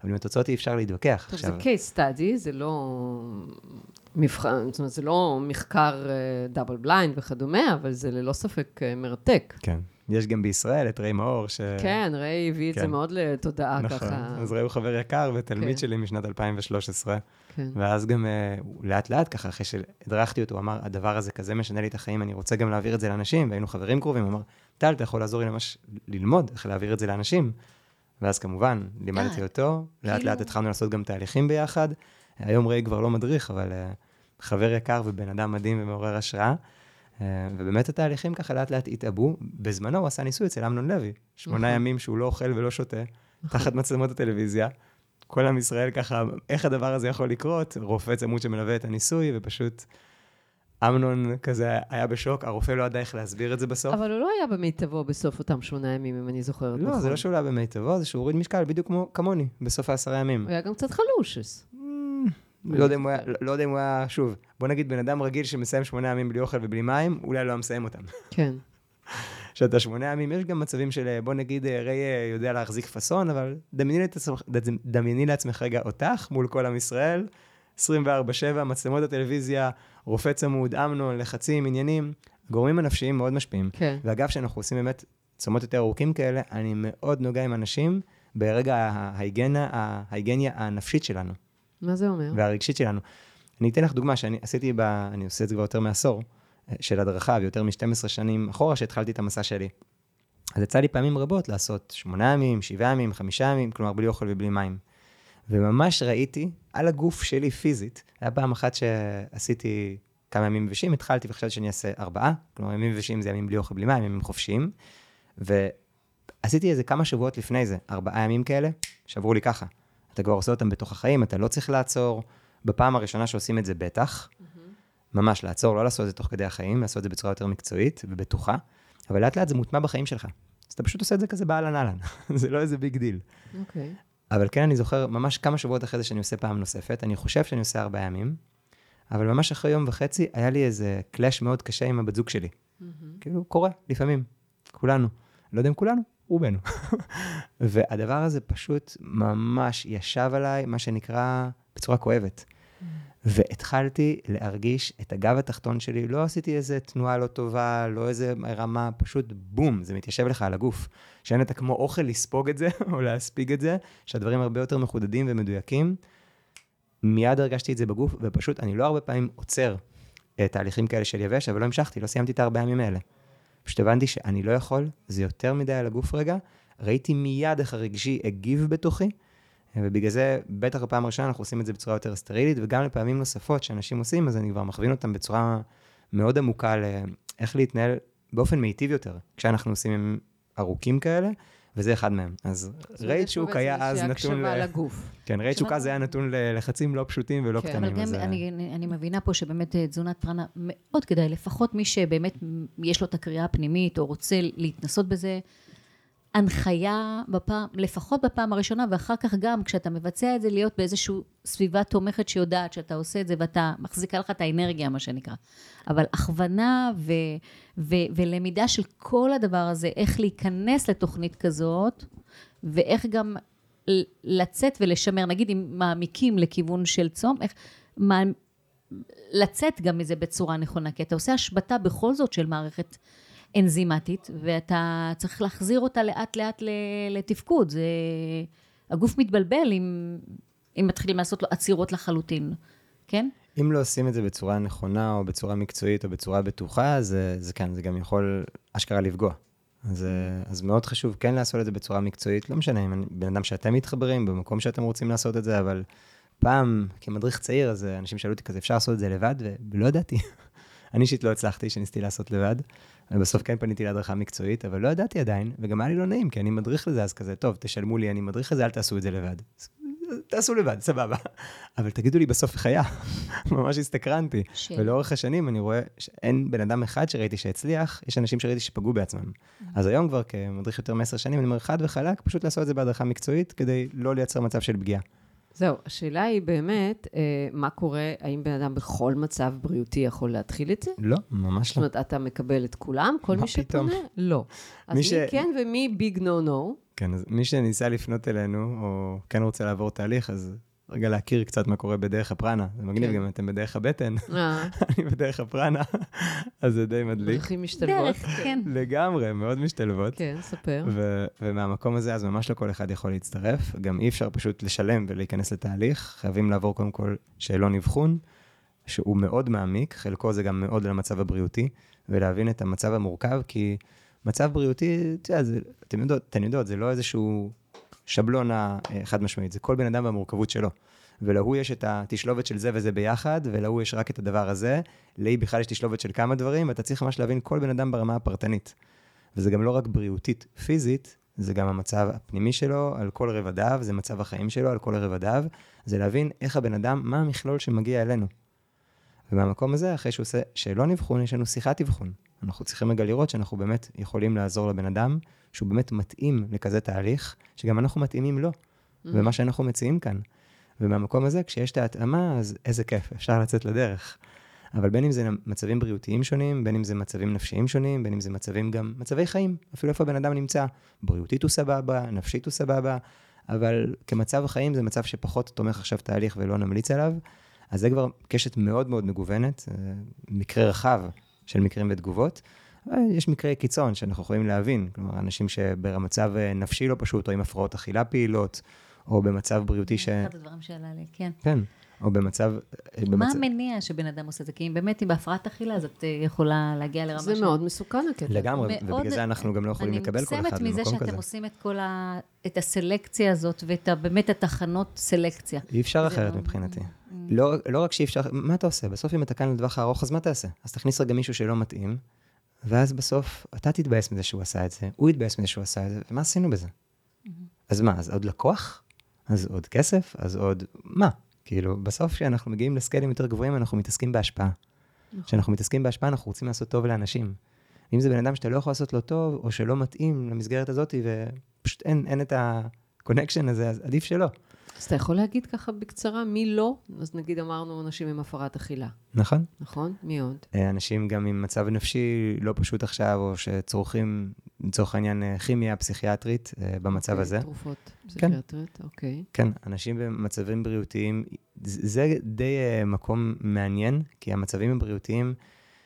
אבל עם התוצאות אי אפשר להתווכח. טוב, זה case study, זה לא מבחן, זאת אומרת, זה לא מחקר דאבל בליינד וכדומה, אבל זה ללא ספק מרתק. כן. יש גם בישראל את ריי מאור, כן, ריי הביא את זה מאוד לתודעה נכון. ככה. אז ריי הוא חבר יקר ותלמיד שלי משנת 2013. כן. ואז גם לאט לאט ככה, אחרי שהדרכתי אותו, הוא אמר, הדבר הזה כזה משנה לי את החיים, אני רוצה גם להעביר את זה לאנשים, והיינו חברים קרובים, הוא אמר, טל, אתה יכול לעזור לי ממש ללמוד איך להעביר את זה לאנשים. ואז כמובן, לימדתי אותו, לאט לאט התחלנו לעשות גם תהליכים ביחד. היום ריי כבר לא מדריך, אבל חבר יקר ובן אדם מדהים ומעורר השראה. ובאמת התהליכים ככה לאט לאט התאבו. בזמנו הוא עשה ניסוי אצל אמנון לוי, 8 ימים שהוא לא אוכל ולא שותה, תחת מצלמות הטלוויזיה. כל עם ישראל ככה, איך הדבר הזה יכול לקרות? רופא צמוד שמלווה את הניסוי, ופשוט אמנון כזה היה בשוק, הרופא לא ידע איך להסביר את זה בסוף. אבל הוא לא היה במיטבו בסוף אותם 8 ימים, אם אני זוכרת נכון. לא, זה לא שהוא לא היה במיטבו, זה שהוא הוריד משקל בדיוק כמוני, בסוף 10 ימים. הוא היה גם קצת חלוש. לא יודע אם הוא היה, שוב, בוא נגיד בן אדם רגיל שמסיים 8 ימים בלי אוכל ובלי מים, אולי לא מסיים אותם. כן. שאתה 8 ימים, יש גם מצבים של, בוא נגיד, ריי יודע להחזיק פסון, אבל דמייני לעצמך רגע אותך מול כל עם ישראל, 24/7, מצלמות הטלוויזיה, רופא צמוד, אמנון, לחצים, עניינים, גורמים הנפשיים מאוד משפיעים. כן. ואגב, שאנחנו עושים באמת צומות יותר ארוכים כאלה, אני מאוד נוגע עם אנשים ברגע ההיגניה הנפשית שלנו. מה זה אומר? והרגשית שלנו. אני אתן לך דוגמה שאני עשיתי אני עושה את זה כבר יותר מעשור, של הדרכה, ויותר מ-12 שנים אחורה שהתחלתי את המסע שלי. אז יצא לי פעמים רבות לעשות 8 ימים, 7 ימים, 5 ימים, כלומר בלי אוכל ובלי מים. וממש ראיתי על הגוף שלי פיזית, היה פעם אחת שעשיתי כמה ימים מבשים, התחלתי וחשבתי שאני אעשה 4, כלומר ימים מבשים זה ימים בלי אוכל ובלי מים, ימים חופשיים, ועשיתי איזה כמה שבועות לפני זה, 4 ימים כאלה, שעברו לי ככה. אתה כבר עושה אותם בתוך החיים, אתה לא צריך לעצור. בפעם הראשונה שעושים את זה בטח, ממש לעצור, לא לעשות את זה תוך כדי החיים, לעשות את זה בצורה יותר מקצועית ובטוחה, אבל לאט לאט זה מוטמע בחיים שלך. אז אתה פשוט עושה את זה כזה באהלן אהלן. זה לא איזה ביג דיל. אוקיי. אבל כן, אני זוכר ממש כמה שבועות אחרי זה שאני עושה פעם נוספת, אני חושב שאני עושה 4 ימים, אבל ממש אחרי יום וחצי היה לי איזה קלאש מאוד קשה עם הבת זוג שלי. כאילו, קורה, לפעמים. כולנו. לא יודע אם כולנו, רובנו. והדבר הזה פשוט ממש ישב עליי, מה שנקרא, בצורה כואבת. והתחלתי להרגיש את הגב התחתון שלי, לא עשיתי איזה תנועה לא טובה, לא איזה רמה, פשוט בום, זה מתיישב לך על הגוף. שאין אתה כמו אוכל לספוג את זה, או להספיג את זה, שהדברים הרבה יותר מחודדים ומדויקים. מיד הרגשתי את זה בגוף, ופשוט אני לא הרבה פעמים עוצר תהליכים כאלה של יבש, אבל לא המשכתי, לא סיימתי את 4 ימים האלה. פשוט הבנתי שאני לא יכול, זה יותר מדי על הגוף רגע, ראיתי מיד איך הרגשי הגיב בתוכי, ובגלל זה, בטח הפעם הראשונה אנחנו עושים את זה בצורה יותר סטרילית, וגם לפעמים נוספות שאנשים עושים, אז אני כבר מכווין אותם בצורה מאוד עמוקה לאיך להתנהל באופן מיטיב יותר, כשאנחנו עושים ארוכים כאלה, וזה אחד מהם. אז ראית שהוא היה אז נתון כן, ראית שהוא כזה היה נתון ללחצים לא פשוטים ולא קטנים. אבל גם אני מבינה פה שבאמת תזונת פרנה מאוד כדאי, לפחות מי שבאמת יש לו את הקריאה הפנימית, או רוצה להתנסות בזה, הנחיה לפחות בפעם הראשונה, ואחר כך גם כשאתה מבצע את זה, להיות באיזושהי סביבה תומכת שיודעת שאתה עושה את זה, ואתה מחזיקה לך את האנרגיה, מה שנקרא. אבל הכוונה ולמידה של כל הדבר הזה, איך להיכנס לתוכנית כזאת, ואיך גם לצאת ולשמר, נגיד אם מעמיקים לכיוון של צום, איך לצאת גם מזה בצורה נכונה, כי אתה עושה השבטה בכל זאת של מערכת אנזימטית, ואתה צריך להחזיר אותה לאט לאט לתפקוד. זה, הגוף מתבלבל אם מתחילים לעשות לו עצירות לחלוטין, כן? אם לא עושים את זה בצורה נכונה, או בצורה מקצועית, או בצורה בטוחה, זה כן, זה גם יכול אשכרה לפגוע. אז מאוד חשוב כן לעשות את זה בצורה מקצועית, לא משנה אם בן אדם שאתם מתחברים, במקום שאתם רוצים לעשות את זה, אבל פעם, כמדריך צעיר, אז אנשים שאלו אותי כזה, אפשר לעשות את זה לבד, ולא ידעתי. אני אישית לא הצלחתי שניסיתי לעשות לבד, ובסוף כן פניתי להדרכה מקצועית, אבל לא ידעתי עדיין, וגם היה לי לא נעים, כי אני מדריך לזה, אז כזה, טוב, תשלמו לי, אני מדריך לזה, אל תעשו את זה לבד. תעשו לבד, סבבה. אבל תגידו לי בסוף איך היה. ממש הסתקרנתי. ולאורך השנים אני רואה שאין בן אדם אחד שראיתי שהצליח, יש אנשים שראיתי שפגעו בעצמם. אז היום כבר כמדריך יותר מ10 שנים, אני אומר חד וחלק, פשוט לעשות את זה בהדרכה מקצועית, כדי לא לייצר מצב של פגיעה. זהו, השאלה היא באמת, מה קורה, האם בן אדם בכל מצב בריאותי יכול להתחיל את זה? לא, ממש לא. זאת אומרת, אתה מקבל את כולם, כל מי שפונה? לא. אז מי כן ומי ביג נו נו? כן, אז מי שניסה לפנות אלינו, או כן רוצה לעבור תהליך, אז רגע להכיר קצת מה קורה בדרך הפרנה. זה מגניב, גם אתם בדרך הבטן, אני בדרך הפרנה, אז זה די מדליק. דרכים משתלבות. כן. לגמרי, מאוד משתלבות. כן, ספר. ומהמקום הזה, אז ממש לא כל אחד יכול להצטרף. גם אי אפשר פשוט לשלם ולהיכנס לתהליך. חייבים לעבור קודם כל שאלון אבחון, שהוא מאוד מעמיק, חלקו זה גם מאוד על המצב הבריאותי, ולהבין את המצב המורכב, כי מצב בריאותי, אתם יודעות, זה לא איזשהו שבלונה חד משמעית, זה כל בן אדם והמורכבות שלו. ולהוא יש את התשלובת של זה וזה ביחד, ולהוא יש רק את הדבר הזה, לי בכלל יש תשלובת של כמה דברים, ואתה צריך ממש להבין כל בן אדם ברמה הפרטנית. וזה גם לא רק בריאותית פיזית, זה גם המצב הפנימי שלו, על כל רבדיו, זה מצב החיים שלו, על כל רבדיו, זה להבין איך הבן אדם, מה המכלול שמגיע אלינו. ומהמקום הזה, אחרי שהוא עושה שאלון אבחון, יש לנו שיחת אבחון. אנחנו צריכים רגע לראות שאנחנו באמת יכולים לעזור לבן אדם, שהוא באמת מתאים לכזה תהליך, שגם אנחנו מתאימים לו, ומה שאנחנו מציעים כאן. ומהמקום הזה, כשיש את ההתאמה, אז איזה כיף, אפשר לצאת לדרך. אבל בין אם זה מצבים בריאותיים שונים, בין אם זה מצבים נפשיים שונים, בין אם זה מצבים גם מצבי חיים, אפילו איפה הבן אדם נמצא, בריאותית הוא סבבה, נפשית הוא סבבה, אבל כמצב החיים זה מצב שפחות תומך עכשיו תהליך ולא נמליץ עליו, אז זה כבר קשת מאוד מאוד מגוונת, מקרה רחב של מקרים ותגובות. יש מקרי קיצון שאנחנו יכולים להבין, כלומר, אנשים שבמצב נפשי לא פשוט, או עם הפרעות אכילה פעילות, או במצב בריאותי אחד הדברים שעלה לי, כן. כן, או במצב... מה המניע שבן אדם עושה את זה? כי אם באמת היא בהפרעת אכילה, אז את יכולה להגיע לרמה זה מאוד מסוכן הקטע. לגמרי, ובגלל זה אנחנו גם לא יכולים לקבל כל אחד במקום כזה. אני מסיימת מזה שאתם עושים את הסלקציה הזאת, ואת באמת התחנות סלקציה. אי אפשר אחרת מבחינתי. לא רק שאי אפשר, מה אתה עושה? בסוף אם אתה כאן לדווח הארוך, אז מה תעשה? אז תכניס רגע מישהו שלא מתאים, ואז בסוף אתה תתבאס מזה שהוא עשה את זה, הוא יתבאס מזה שהוא עשה את זה, ומה עשינו בזה? אז מה? אז עוד לקוח? אז עוד כסף? אז עוד מה? כאילו, בסוף כשאנחנו מגיעים לסקיילים יותר גבוהים, אנחנו מתעסקים בהשפעה. כשאנחנו מתעסקים בהשפעה, אנחנו רוצים לעשות טוב לאנשים. אם זה בן אדם שאתה לא יכול לעשות לו טוב, או שלא מתאים למסגרת הזאת, ופשוט אין את הקונקשן הזה, אז עדיף שלא. אז אתה יכול להגיד ככה בקצרה, מי לא? אז נגיד אמרנו אנשים עם הפרעת אכילה. נכון. נכון? מי עוד? אנשים גם עם מצב נפשי לא פשוט עכשיו, או שצורכים, לצורך העניין, כימיה פסיכיאטרית במצב הזה. תרופות פסיכיאטרית, אוקיי. כן, אנשים במצבים בריאותיים, זה די מקום מעניין, כי המצבים הבריאותיים,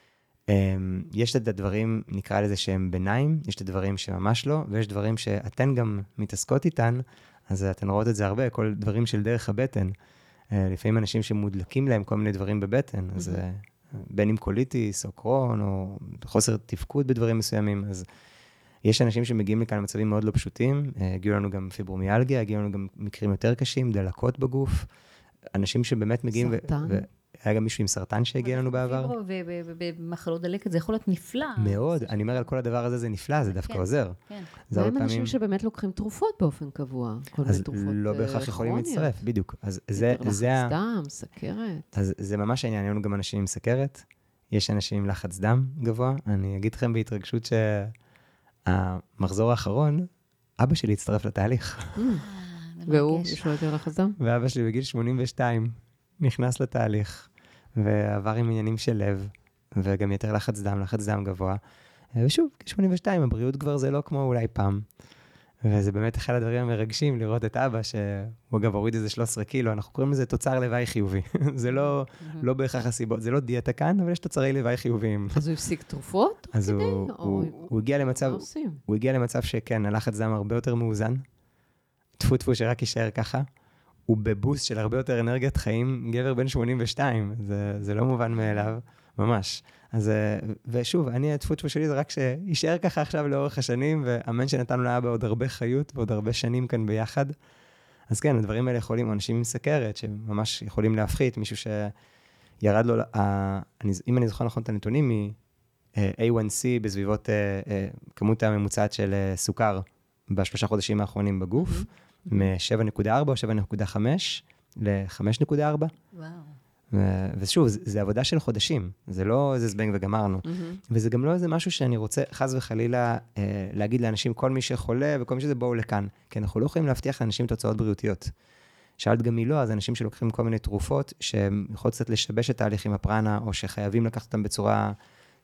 יש את הדברים, נקרא לזה שהם ביניים, יש את הדברים שממש לא, ויש דברים שאתן גם מתעסקות איתן, אז אתן רואות את זה הרבה, כל דברים של דרך הבטן. לפעמים אנשים שמודלקים להם כל מיני דברים בבטן, אז בין אם קוליטיס או קרון, או חוסר תפקוד בדברים מסוימים, אז יש אנשים שמגיעים לכאן למצבים מאוד לא פשוטים, הגיעו לנו גם פיברומיאלגיה, הגיעו לנו גם מקרים יותר קשים, דלקות בגוף, אנשים שבאמת מגיעים... סרטן? היה גם מישהו עם סרטן שהגיע לנו בעבר. פיברו ובמחלות דלקת, זה יכול להיות נפלא. מאוד, אני אומר על כל הדבר הזה, זה נפלא, זה דווקא עוזר. כן. זה הם אנשים שבאמת לוקחים תרופות באופן קבוע. אז לא בהכרח יכולים להצטרף, בדיוק. אז זה... לחץ דם, סכרת. אז זה ממש העניין, יש לנו גם אנשים עם סכרת, יש אנשים עם לחץ דם גבוה. אני אגיד לכם בהתרגשות שהמחזור האחרון, אבא שלי הצטרף לתהליך. והוא, יש לו יותר לחץ דם? ואבא שלי בגיל 82 נכנס לתהליך, ועבר עם עניינים של לב, וגם יותר לחץ דם גבוה. ושוב, 82, הבריאות כבר זה לא כמו אולי פעם. וזה באמת אחד הדברים המרגשים לראות את אבא, שהוא אגב הוריד איזה 13 קילו, אנחנו קוראים לזה תוצר לוואי חיובי. זה לא בהכרח הסיבות, זה לא דיאטה כאן, אבל יש תוצרי לוואי חיוביים. אז הוא הפסיק תרופות? אז הוא הגיע למצב שכן, הלחץ דם הרבה יותר מאוזן, טפו שרק יישאר ככה, הוא בבוסט של הרבה יותר אנרגיית חיים, גבר בן 82, זה לא מובן מאליו, ממש. אז, ושוב, הטפו שלי זה רק שישאר ככה עכשיו לאורך השנים, ואמן שנתנו לאבא עוד הרבה חיות, ועוד הרבה שנים כאן ביחד. אז כן, הדברים האלה יכולים, אנשים עם סכרת, שממש יכולים להפחית, מישהו שירד לו, אם אני זוכר נכון את הנתונים, מ-A1C בסביבות כמות הממוצעת של סוכר, בשלושה חודשים האחרונים בגוף, מ-7.4 או 7.5 ל-5.4. וואו. ושוב, זה עבודה של חודשים, זה לא איזה זבנג וגמרנו. וזה גם לא איזה משהו שאני רוצה, חס וחלילה, להגיד לאנשים, כל מי שחולה וכל מי שזה בואו לכאן, כי אנחנו לא יכולים להבטיח לאנשים תוצאות בריאותיות. שאלת גם מי לא, אז אנשים שלוקחים כל מיני תרופות, שהם יכולים קצת לשבש את תהליך עם הפרנה, או שחייבים לקחת אותם בצורה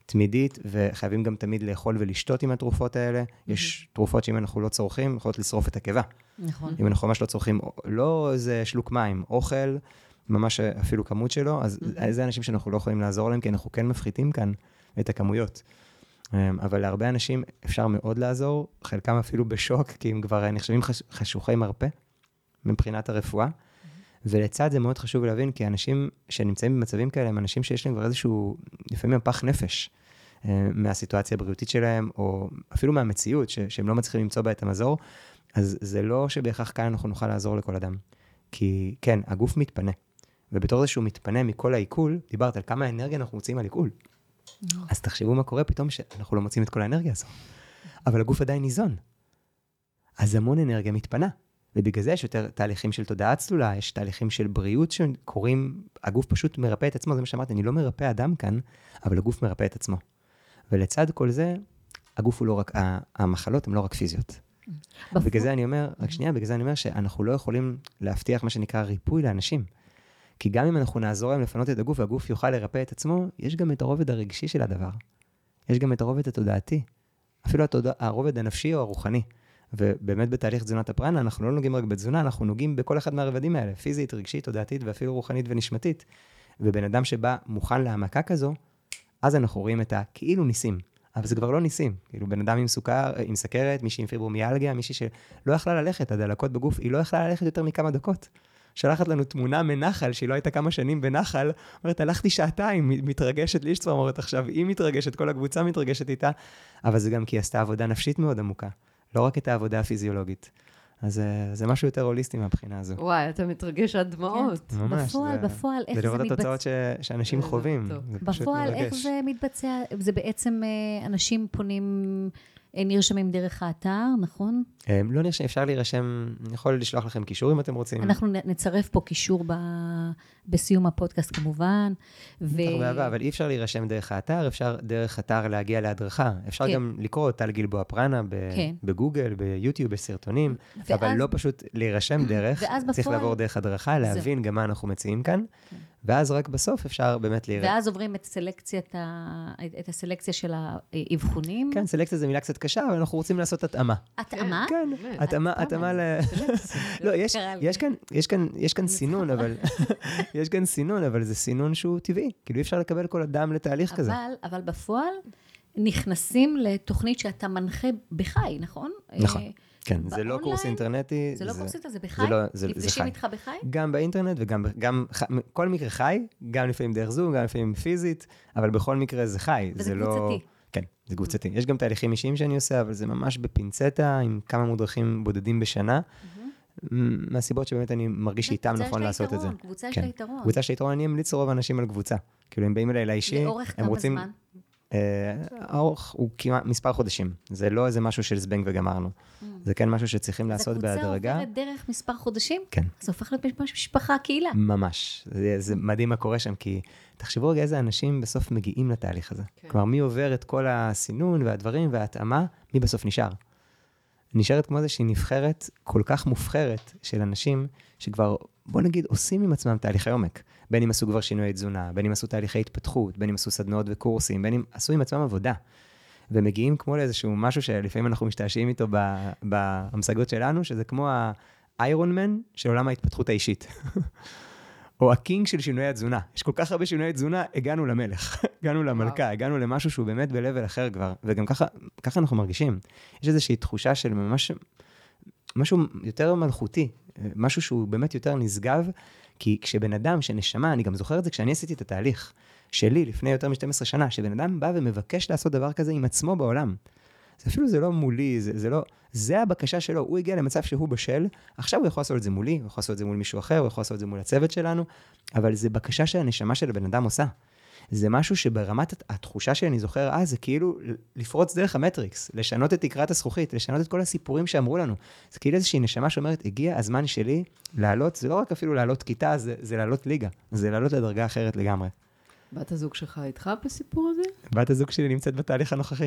תמידית, וחייבים גם תמיד לאכול ולשתות עם התרופות האלה. יש תרופות שאם אנחנו לא צורכים, יכולות לשרוף את הקיבה. נכון. אם אנחנו ממש לא צורכים, לא איזה שלוק מים, אוכל, ממש אפילו כמות שלו, אז זה אנשים שאנחנו לא יכולים לעזור להם, כי אנחנו כן מפחיתים כאן את הכמויות. אבל להרבה אנשים אפשר מאוד לעזור, חלקם אפילו בשוק, כי הם כבר נחשבים חשוכי מרפא, מבחינת הרפואה. ולצד זה מאוד חשוב להבין, כי אנשים שנמצאים במצבים כאלה, הם אנשים שיש להם כבר איזשהו, לפעמים פח נפש, מהסיטואציה הבריאותית שלהם, או אפילו מהמציאות, שהם לא מצליחים למצוא בה את המזור, אז זה לא שבהכרח כאן אנחנו נוכל לעזור לכל אדם. כי כן, הגוף מתפנה. ובתור זה שהוא מתפנה מכל העיכול, דיברת על כמה אנרגיה אנחנו מוצאים על עיכול. אז תחשבו מה קורה פתאום שאנחנו לא מוצאים את כל האנרגיה הזו. אבל הגוף עדיין ניזון. אז המון אנרגיה מתפנה. ובגלל זה יש יותר תהליכים של תודעה צלולה, יש תהליכים של בריאות שקורים, הגוף פשוט מרפא את עצמו, זה מה שאמרתי, אני לא מרפא אדם כאן, אבל הגוף מרפא את עצמו. ולצד כל זה, הגוף הוא לא רק, המחלות הן לא רק פיזיות. בגלל זה אני אומר, רק שנייה, בגלל זה אני אומר שאנחנו לא יכולים להבטיח מה שנקרא ריפוי לאנשים. כי גם אם אנחנו נעזור להם לפנות את הגוף, והגוף יוכל לרפא את עצמו, יש גם את הרובד הרגשי של הדבר. יש גם את הרובד התודעתי. אפילו הרובד הנפשי או הרוחני. ובאמת בתהליך תזונת הפרנה, אנחנו לא נוגעים רק בתזונה, אנחנו נוגעים בכל אחד מהרבדים האלה, פיזית, רגשית, תודעתית ואפילו רוחנית ונשמתית. ובן אדם שבא מוכן להעמקה כזו, אז אנחנו רואים את הכאילו ניסים. אבל זה כבר לא ניסים. כאילו בן אדם עם סכרת, מישהי עם פיברומיאלגיה, מישהי שלא יכלה ללכת, הדלקות בגוף, היא לא יכלה ללכת יותר מכמה דקות. שלחת לנו תמונה מנחל, שהיא לא הייתה כמה שנים בנחל, אומרת, הלכתי שעתיים, מתרגשת לי, יש צוואר, אומרת, עכשיו היא מתרגשת, כל הקבוצה מתרגשת איתה, אבל זה גם כי היא עשתה עבודה נפשית מאוד עמוקה, לא רק את העבודה הפיזיולוגית. אז זה משהו יותר הוליסטי מהבחינה הזו. וואי, אתה מתרגש עד דמעות. ממש. בפועל, איך זה לראות את התוצאות שאנשים חווים. בפועל, איך זה מתבצע? זה בעצם אנשים פונים, נרשמים דרך האתר, נכון? לא נרשם, אפשר להירשם, אני יכול לשלוח לכם קישור אם אתם רוצים. אנחנו נצרף פה קישור בסיום הפודקאסט כמובן. אבל אי אפשר להירשם דרך האתר, אפשר דרך אתר להגיע להדרכה. אפשר גם לקרוא טל גלבוע פרנה בגוגל, ביוטיוב, בסרטונים, אבל לא פשוט להירשם דרך, צריך לעבור דרך הדרכה, להבין גם מה אנחנו מציעים כאן, ואז רק בסוף אפשר באמת להירשם. ואז עוברים את הסלקציה של האבחונים. כן, סלקציה זה מילה קצת קשה, אבל אנחנו רוצים לעשות התאמה. התאמה? כן, התאמה ל... לא, יש כאן סינון, אבל... יש כאן סינון, אבל זה סינון שהוא טבעי. כאילו אי אפשר לקבל כל אדם לתהליך כזה. אבל בפועל נכנסים לתוכנית שאתה מנחה בחי, נכון? נכון. כן, זה לא קורס אינטרנטי. זה לא קורס אינטרנטי, זה בחי? נפגשים איתך בחי? גם באינטרנט וגם, כל מקרה חי, גם לפעמים דרך זום, גם לפעמים פיזית, אבל בכל מקרה זה חי. וזה קבוצתי. כן, זה קבוצתי. יש גם תהליכים אישיים שאני עושה, אבל זה ממש בפינצטה, עם כמה מודרכים בודדים בשנה, מהסיבות שבאמת אני מרגיש שאיתם נכון לעשות את זה. קבוצה יש לה יתרון. קבוצה יש לה יתרון, אני אמליץ לרוב האנשים על קבוצה. כאילו, הם באים אליי לאישי, הם רוצים... האורך הוא כמעט מספר חודשים. זה לא איזה משהו של זבנג וגמרנו. זה כן משהו שצריכים לעשות בהדרגה. הקבוצה עוברת דרך מספר חודשים? כן. זה הופך להיות משפחה, קהילה. ממש. זה מדהים מה קורה שם, כי תחשבו רגע איזה אנשים בסוף מגיעים לתהליך הזה. כלומר, מי עובר את כל הסינון והדברים וההתאמה, מי בסוף נשאר. נשארת כמו איזושהי נבחרת כל כך מובחרת של אנשים שכבר, בוא נגיד, עושים עם עצמם תהליכי עומק. בין אם עשו כבר שינוי תזונה, בין אם עשו תהליכי התפתחות, בין אם עשו סדנאות וקורסים, בין אם עשו עם עצמם עבודה. ומגיעים כמו לאיזשהו משהו שלפעמים אנחנו משתעשעים איתו בהמשגות שלנו, שזה כמו האיירון מן של עולם ההתפתחות האישית. או הקינג של שינוי התזונה. יש כל כך הרבה שינוי תזונה, הגענו למלך, הגענו למלכה, הגענו למשהו שהוא באמת בלבל אחר כבר, וגם ככה אנחנו מרגישים. יש איזושהי תחושה של ממש, משהו יותר מלכותי, משהו שהוא באמת יותר נשגב, כי כשבן אדם שנשמה, אני גם זוכר את זה כשאני עשיתי את התהליך שלי לפני יותר מ-12 שנה, שבן אדם בא ומבקש לעשות דבר כזה עם עצמו בעולם. זה לא מולי, זה הבקשה שלו, הוא הגיע למצב שהוא בשל, עכשיו הוא יכול לעשות את זה מולי, הוא יכול לעשות את זה מול מישהו אחר, הוא יכול לעשות את זה מול הצוות שלנו, אבל זה בקשה שהנשמה של הבן אדם עושה. זה משהו שברמת התחושה שאני זוכר, זה כאילו לפרוץ דרך המטריקס, לשנות את תקרת הזכוכית, לשנות את כל הסיפורים שאמרו לנו. זה כאילו איזושהי נשמה שאומרת, הגיע הזמן שלי לעלות, זה לא רק אפילו לעלות כיתה, זה לעלות ליגה, זה לעלות לדרגה אחרת לגמרי. בת הזוג שלך איתך בסיפור הזה? בת הזוג שלי נמצאת בתהליך הנוכחי.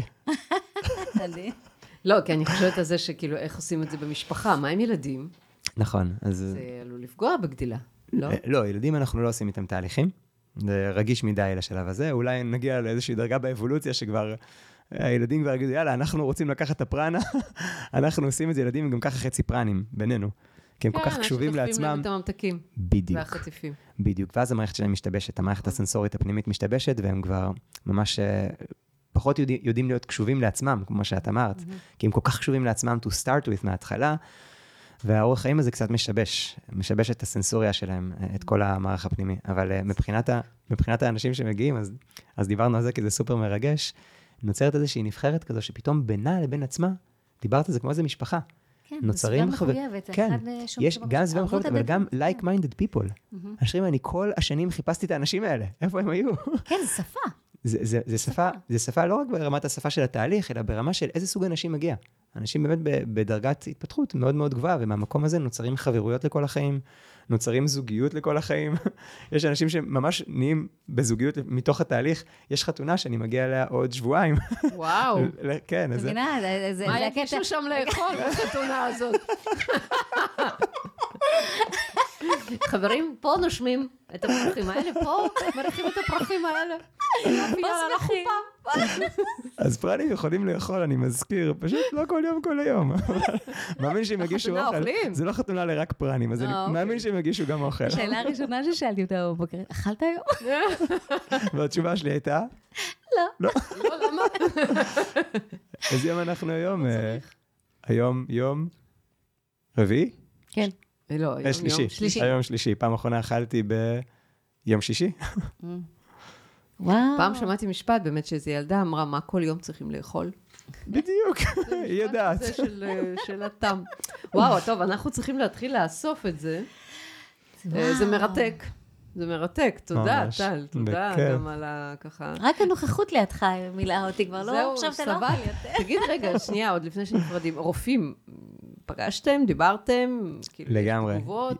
לא, כי אני חושבת על זה שכאילו איך עושים את זה במשפחה, מה עם ילדים? נכון, אז... זה עלול לפגוע בגדילה, לא? לא, ילדים אנחנו לא עושים איתם תהליכים, זה רגיש מדי לשלב הזה, אולי נגיע לאיזושהי דרגה באבולוציה שכבר, הילדים כבר יגידו, יאללה, אנחנו רוצים לקחת את הפרנה, אנחנו עושים את זה, ילדים הם גם ככה חצי פרנים בינינו, כי הם כל כך קשובים לעצמם. להם את הממתקים. בדיוק. והחטיפים. בדיוק, ואז המערכת שלהם משתבשת, המערכת הסנסורית הפנימית משתבשת, והם כבר ממש פחות יודעים להיות קשובים לעצמם, כמו שאת אמרת, כי הם כל כך קשובים לעצמם to start with מההתחלה, והאורח חיים הזה קצת משבש את הסנסוריה שלהם, את כל המערך הפנימי. אבל מבחינת האנשים שמגיעים, אז דיברנו על זה כי זה סופר מרגש, נוצרת איזושהי נבחרת כזו, שפתאום בינה לבין עצמה, דיברת על זה כמו איזה משפחה. כן, סביבה מחויבת, כן, יש גם סביבה מחויבת, אבל גם like like-minded people. אנשים, אני כל השנים חיפשתי את האנשים האלה, איפה הם היו? כן, זה שפה. זה שפה לא רק ברמת השפה של התהליך, אלא ברמה של איזה סוג אנשים מגיע. אנשים באמת בדרגת התפתחות מאוד מאוד גבוהה, ומהמקום הזה נוצרים חברויות לכל החיים, נוצרים זוגיות לכל החיים. יש אנשים שממש נהיים בזוגיות מתוך התהליך. יש חתונה שאני מגיע אליה עוד שבועיים. וואו. כן, אז... מה יגישו שם לאכול בחתונה הזאת? חברים, פה נושמים את הפרחים האלה, פה מריחים את הפרחים האלה. פה שמחים. אז פרנים יכולים לאכול, אני מזכיר, פשוט לא כל יום, כל היום. מאמין שהם יגישו אוכל. זה לא חתונה לרק פרנים, אז אני מאמין שהם יגישו גם אוכל. השאלה הראשונה ששאלתי אותה בבוקר, אכלת היום? והתשובה שלי הייתה? לא. לא, למה? איזה יום אנחנו היום? היום יום רביעי? כן. לא, היום שלישי. היום שלישי. פעם אחרונה אכלתי ביום שישי. וואו. פעם שמעתי משפט, באמת שאיזו ילדה אמרה, מה כל יום צריכים לאכול? בדיוק, היא יודעת. זה של התם. וואו, טוב, אנחנו צריכים להתחיל לאסוף את זה. זה מרתק. זה מרתק. תודה, טל. תודה גם על ככה... רק הנוכחות לידך מילאה אותי כבר, לא עכשיו אתה לא... תגיד רגע, שנייה, עוד לפני שנפרדים, רופאים, פגשתם, דיברתם? לגמרי.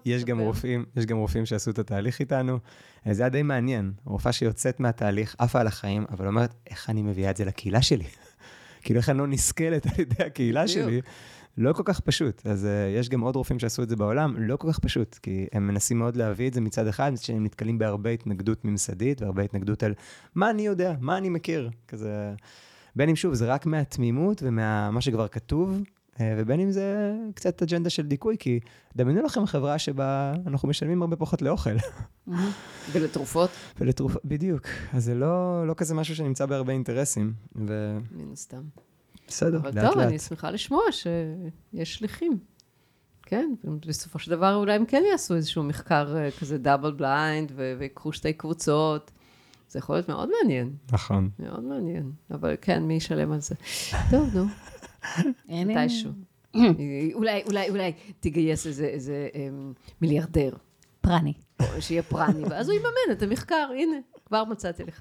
יש גם רופאים שעשו את התהליך איתנו. זה היה די מעניין. רופאה שיוצאת מהתהליך, עפה על החיים, אבל אומרת, איך אני מביאה את זה לקהילה שלי? כאילו, איך אני לא נשכלת על ידי הקהילה שלי? לא כל כך פשוט. אז יש גם עוד רופאים שעשו את זה בעולם, לא כל כך פשוט, כי הם מנסים מאוד להביא את זה מצד אחד, שהם נתקלים בהרבה התנגדות ממסדית, והרבה התנגדות על מה אני יודע, מה אני מכיר. כזה, בין אם שוב, זה רק מהתמימות ומה שכבר כתוב, ובין אם זה קצת אג'נדה של דיכוי, כי דמיינו לכם חברה שבה אנחנו משלמים הרבה פחות לאוכל. ולתרופות? בדיוק. אז זה לא כזה משהו שנמצא בהרבה אינטרסים. מן הסתם. בסדר, לאט לאט. אבל טוב, אני שמחה לשמוע שיש שליחים. כן, בסופו של דבר אולי הם כן יעשו איזשהו מחקר כזה דאבל בליינד, ויקחו שתי קבוצות. זה יכול להיות מאוד מעניין. נכון. מאוד מעניין. אבל כן, מי ישלם על זה? טוב, נו. מתישהו. אולי תגייס איזה מיליארדר. פרני. שיהיה פרני, ואז הוא יממן את המחקר. הנה, כבר מצאתי לך.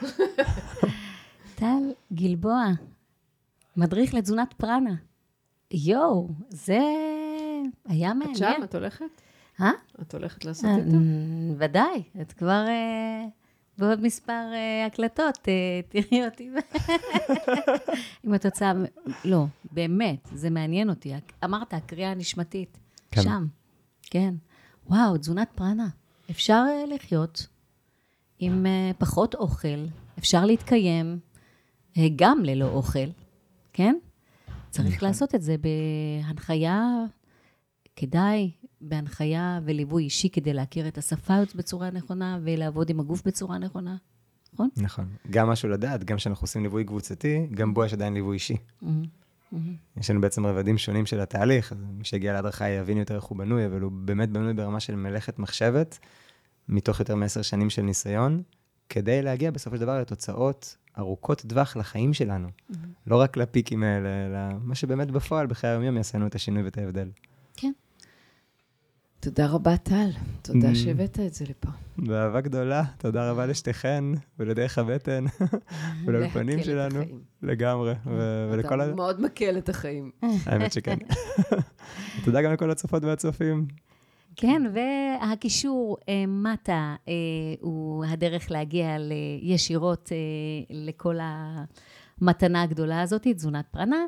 טל גלבוע, מדריך לתזונת פרנה. יואו, זה היה מעניין. את שם, את הולכת? את הולכת לעשות את זה? ודאי, את כבר בעוד מספר הקלטות, תראי אותי. עם התוצאה, לא, באמת, זה מעניין אותי. אמרת, הקריאה הנשמתית, שם, כן. וואו, תזונת פרנה. אפשר לחיות עם פחות אוכל, אפשר להתקיים גם ללא אוכל, כן? צריך לעשות את זה בהנחיה, כדאי, בהנחיה וליווי אישי כדי להכיר את השפה בצורה נכונה, ולעבוד עם הגוף בצורה נכונה, נכון? נכון. גם משהו לדעת, גם כשאנחנו עושים ליווי קבוצתי, גם בו יש עדיין ליווי אישי. יש לנו בעצם רבדים שונים של התהליך, אז מי שהגיע להדרכה יבין יותר איך הוא בנוי, אבל הוא באמת בנוי ברמה של מלאכת מחשבת, מתוך יותר מ10 שנים של ניסיון, כדי להגיע בסופו של דבר לתוצאות ארוכות טווח לחיים שלנו. לא רק לפיקים האלה, אלא מה שבאמת בפועל בחיי היום-יום יעשינו את השינוי ואת ההבדל. כן. תודה רבה, טל. תודה שהבאת את זה לפה. באהבה גדולה. תודה רבה לשתיכן ולדרך הבטן ולאולפנים שלנו. לגמרי. אתה מאוד מקל את החיים. האמת שכן. תודה גם לכל הצופות והצופים. כן, והקישור מטה הוא הדרך להגיע ישירות לכל המתנה הגדולה הזאת, תזונת פרנה.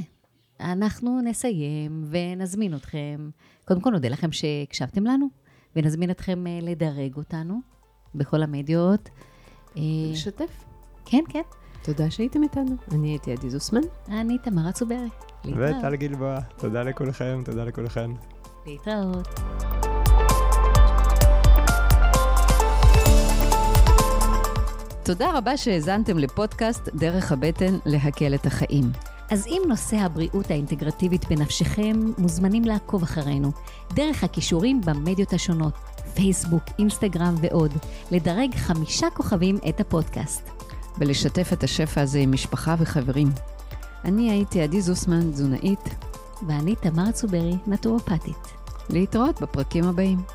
ואנחנו נסיים ונזמין אתכם. קודם כל נודה לכם שהקשבתם לנו, ונזמין אתכם לדרג אותנו בכל המדיות. לשתף. כן, כן. תודה שהייתם איתנו. אני הייתי עדי זוסמן. אני תמרה צוברי. וטל גלבוע. תודה לכולכם, תודה לכולכם. להתראות. תודה רבה שהאזנתם לפודקאסט דרך הבטן להקל את החיים. אז אם נושא הבריאות האינטגרטיבית בנפשכם, מוזמנים לעקוב אחרינו, דרך הכישורים במדיות השונות, פייסבוק, אינסטגרם ועוד, לדרג 5 כוכבים את הפודקאסט. ולשתף את השפע הזה עם משפחה וחברים. אני הייתי עדי זוסמן, תזונאית. ואני תמרה צוברי, נטורופטית. להתראות בפרקים הבאים.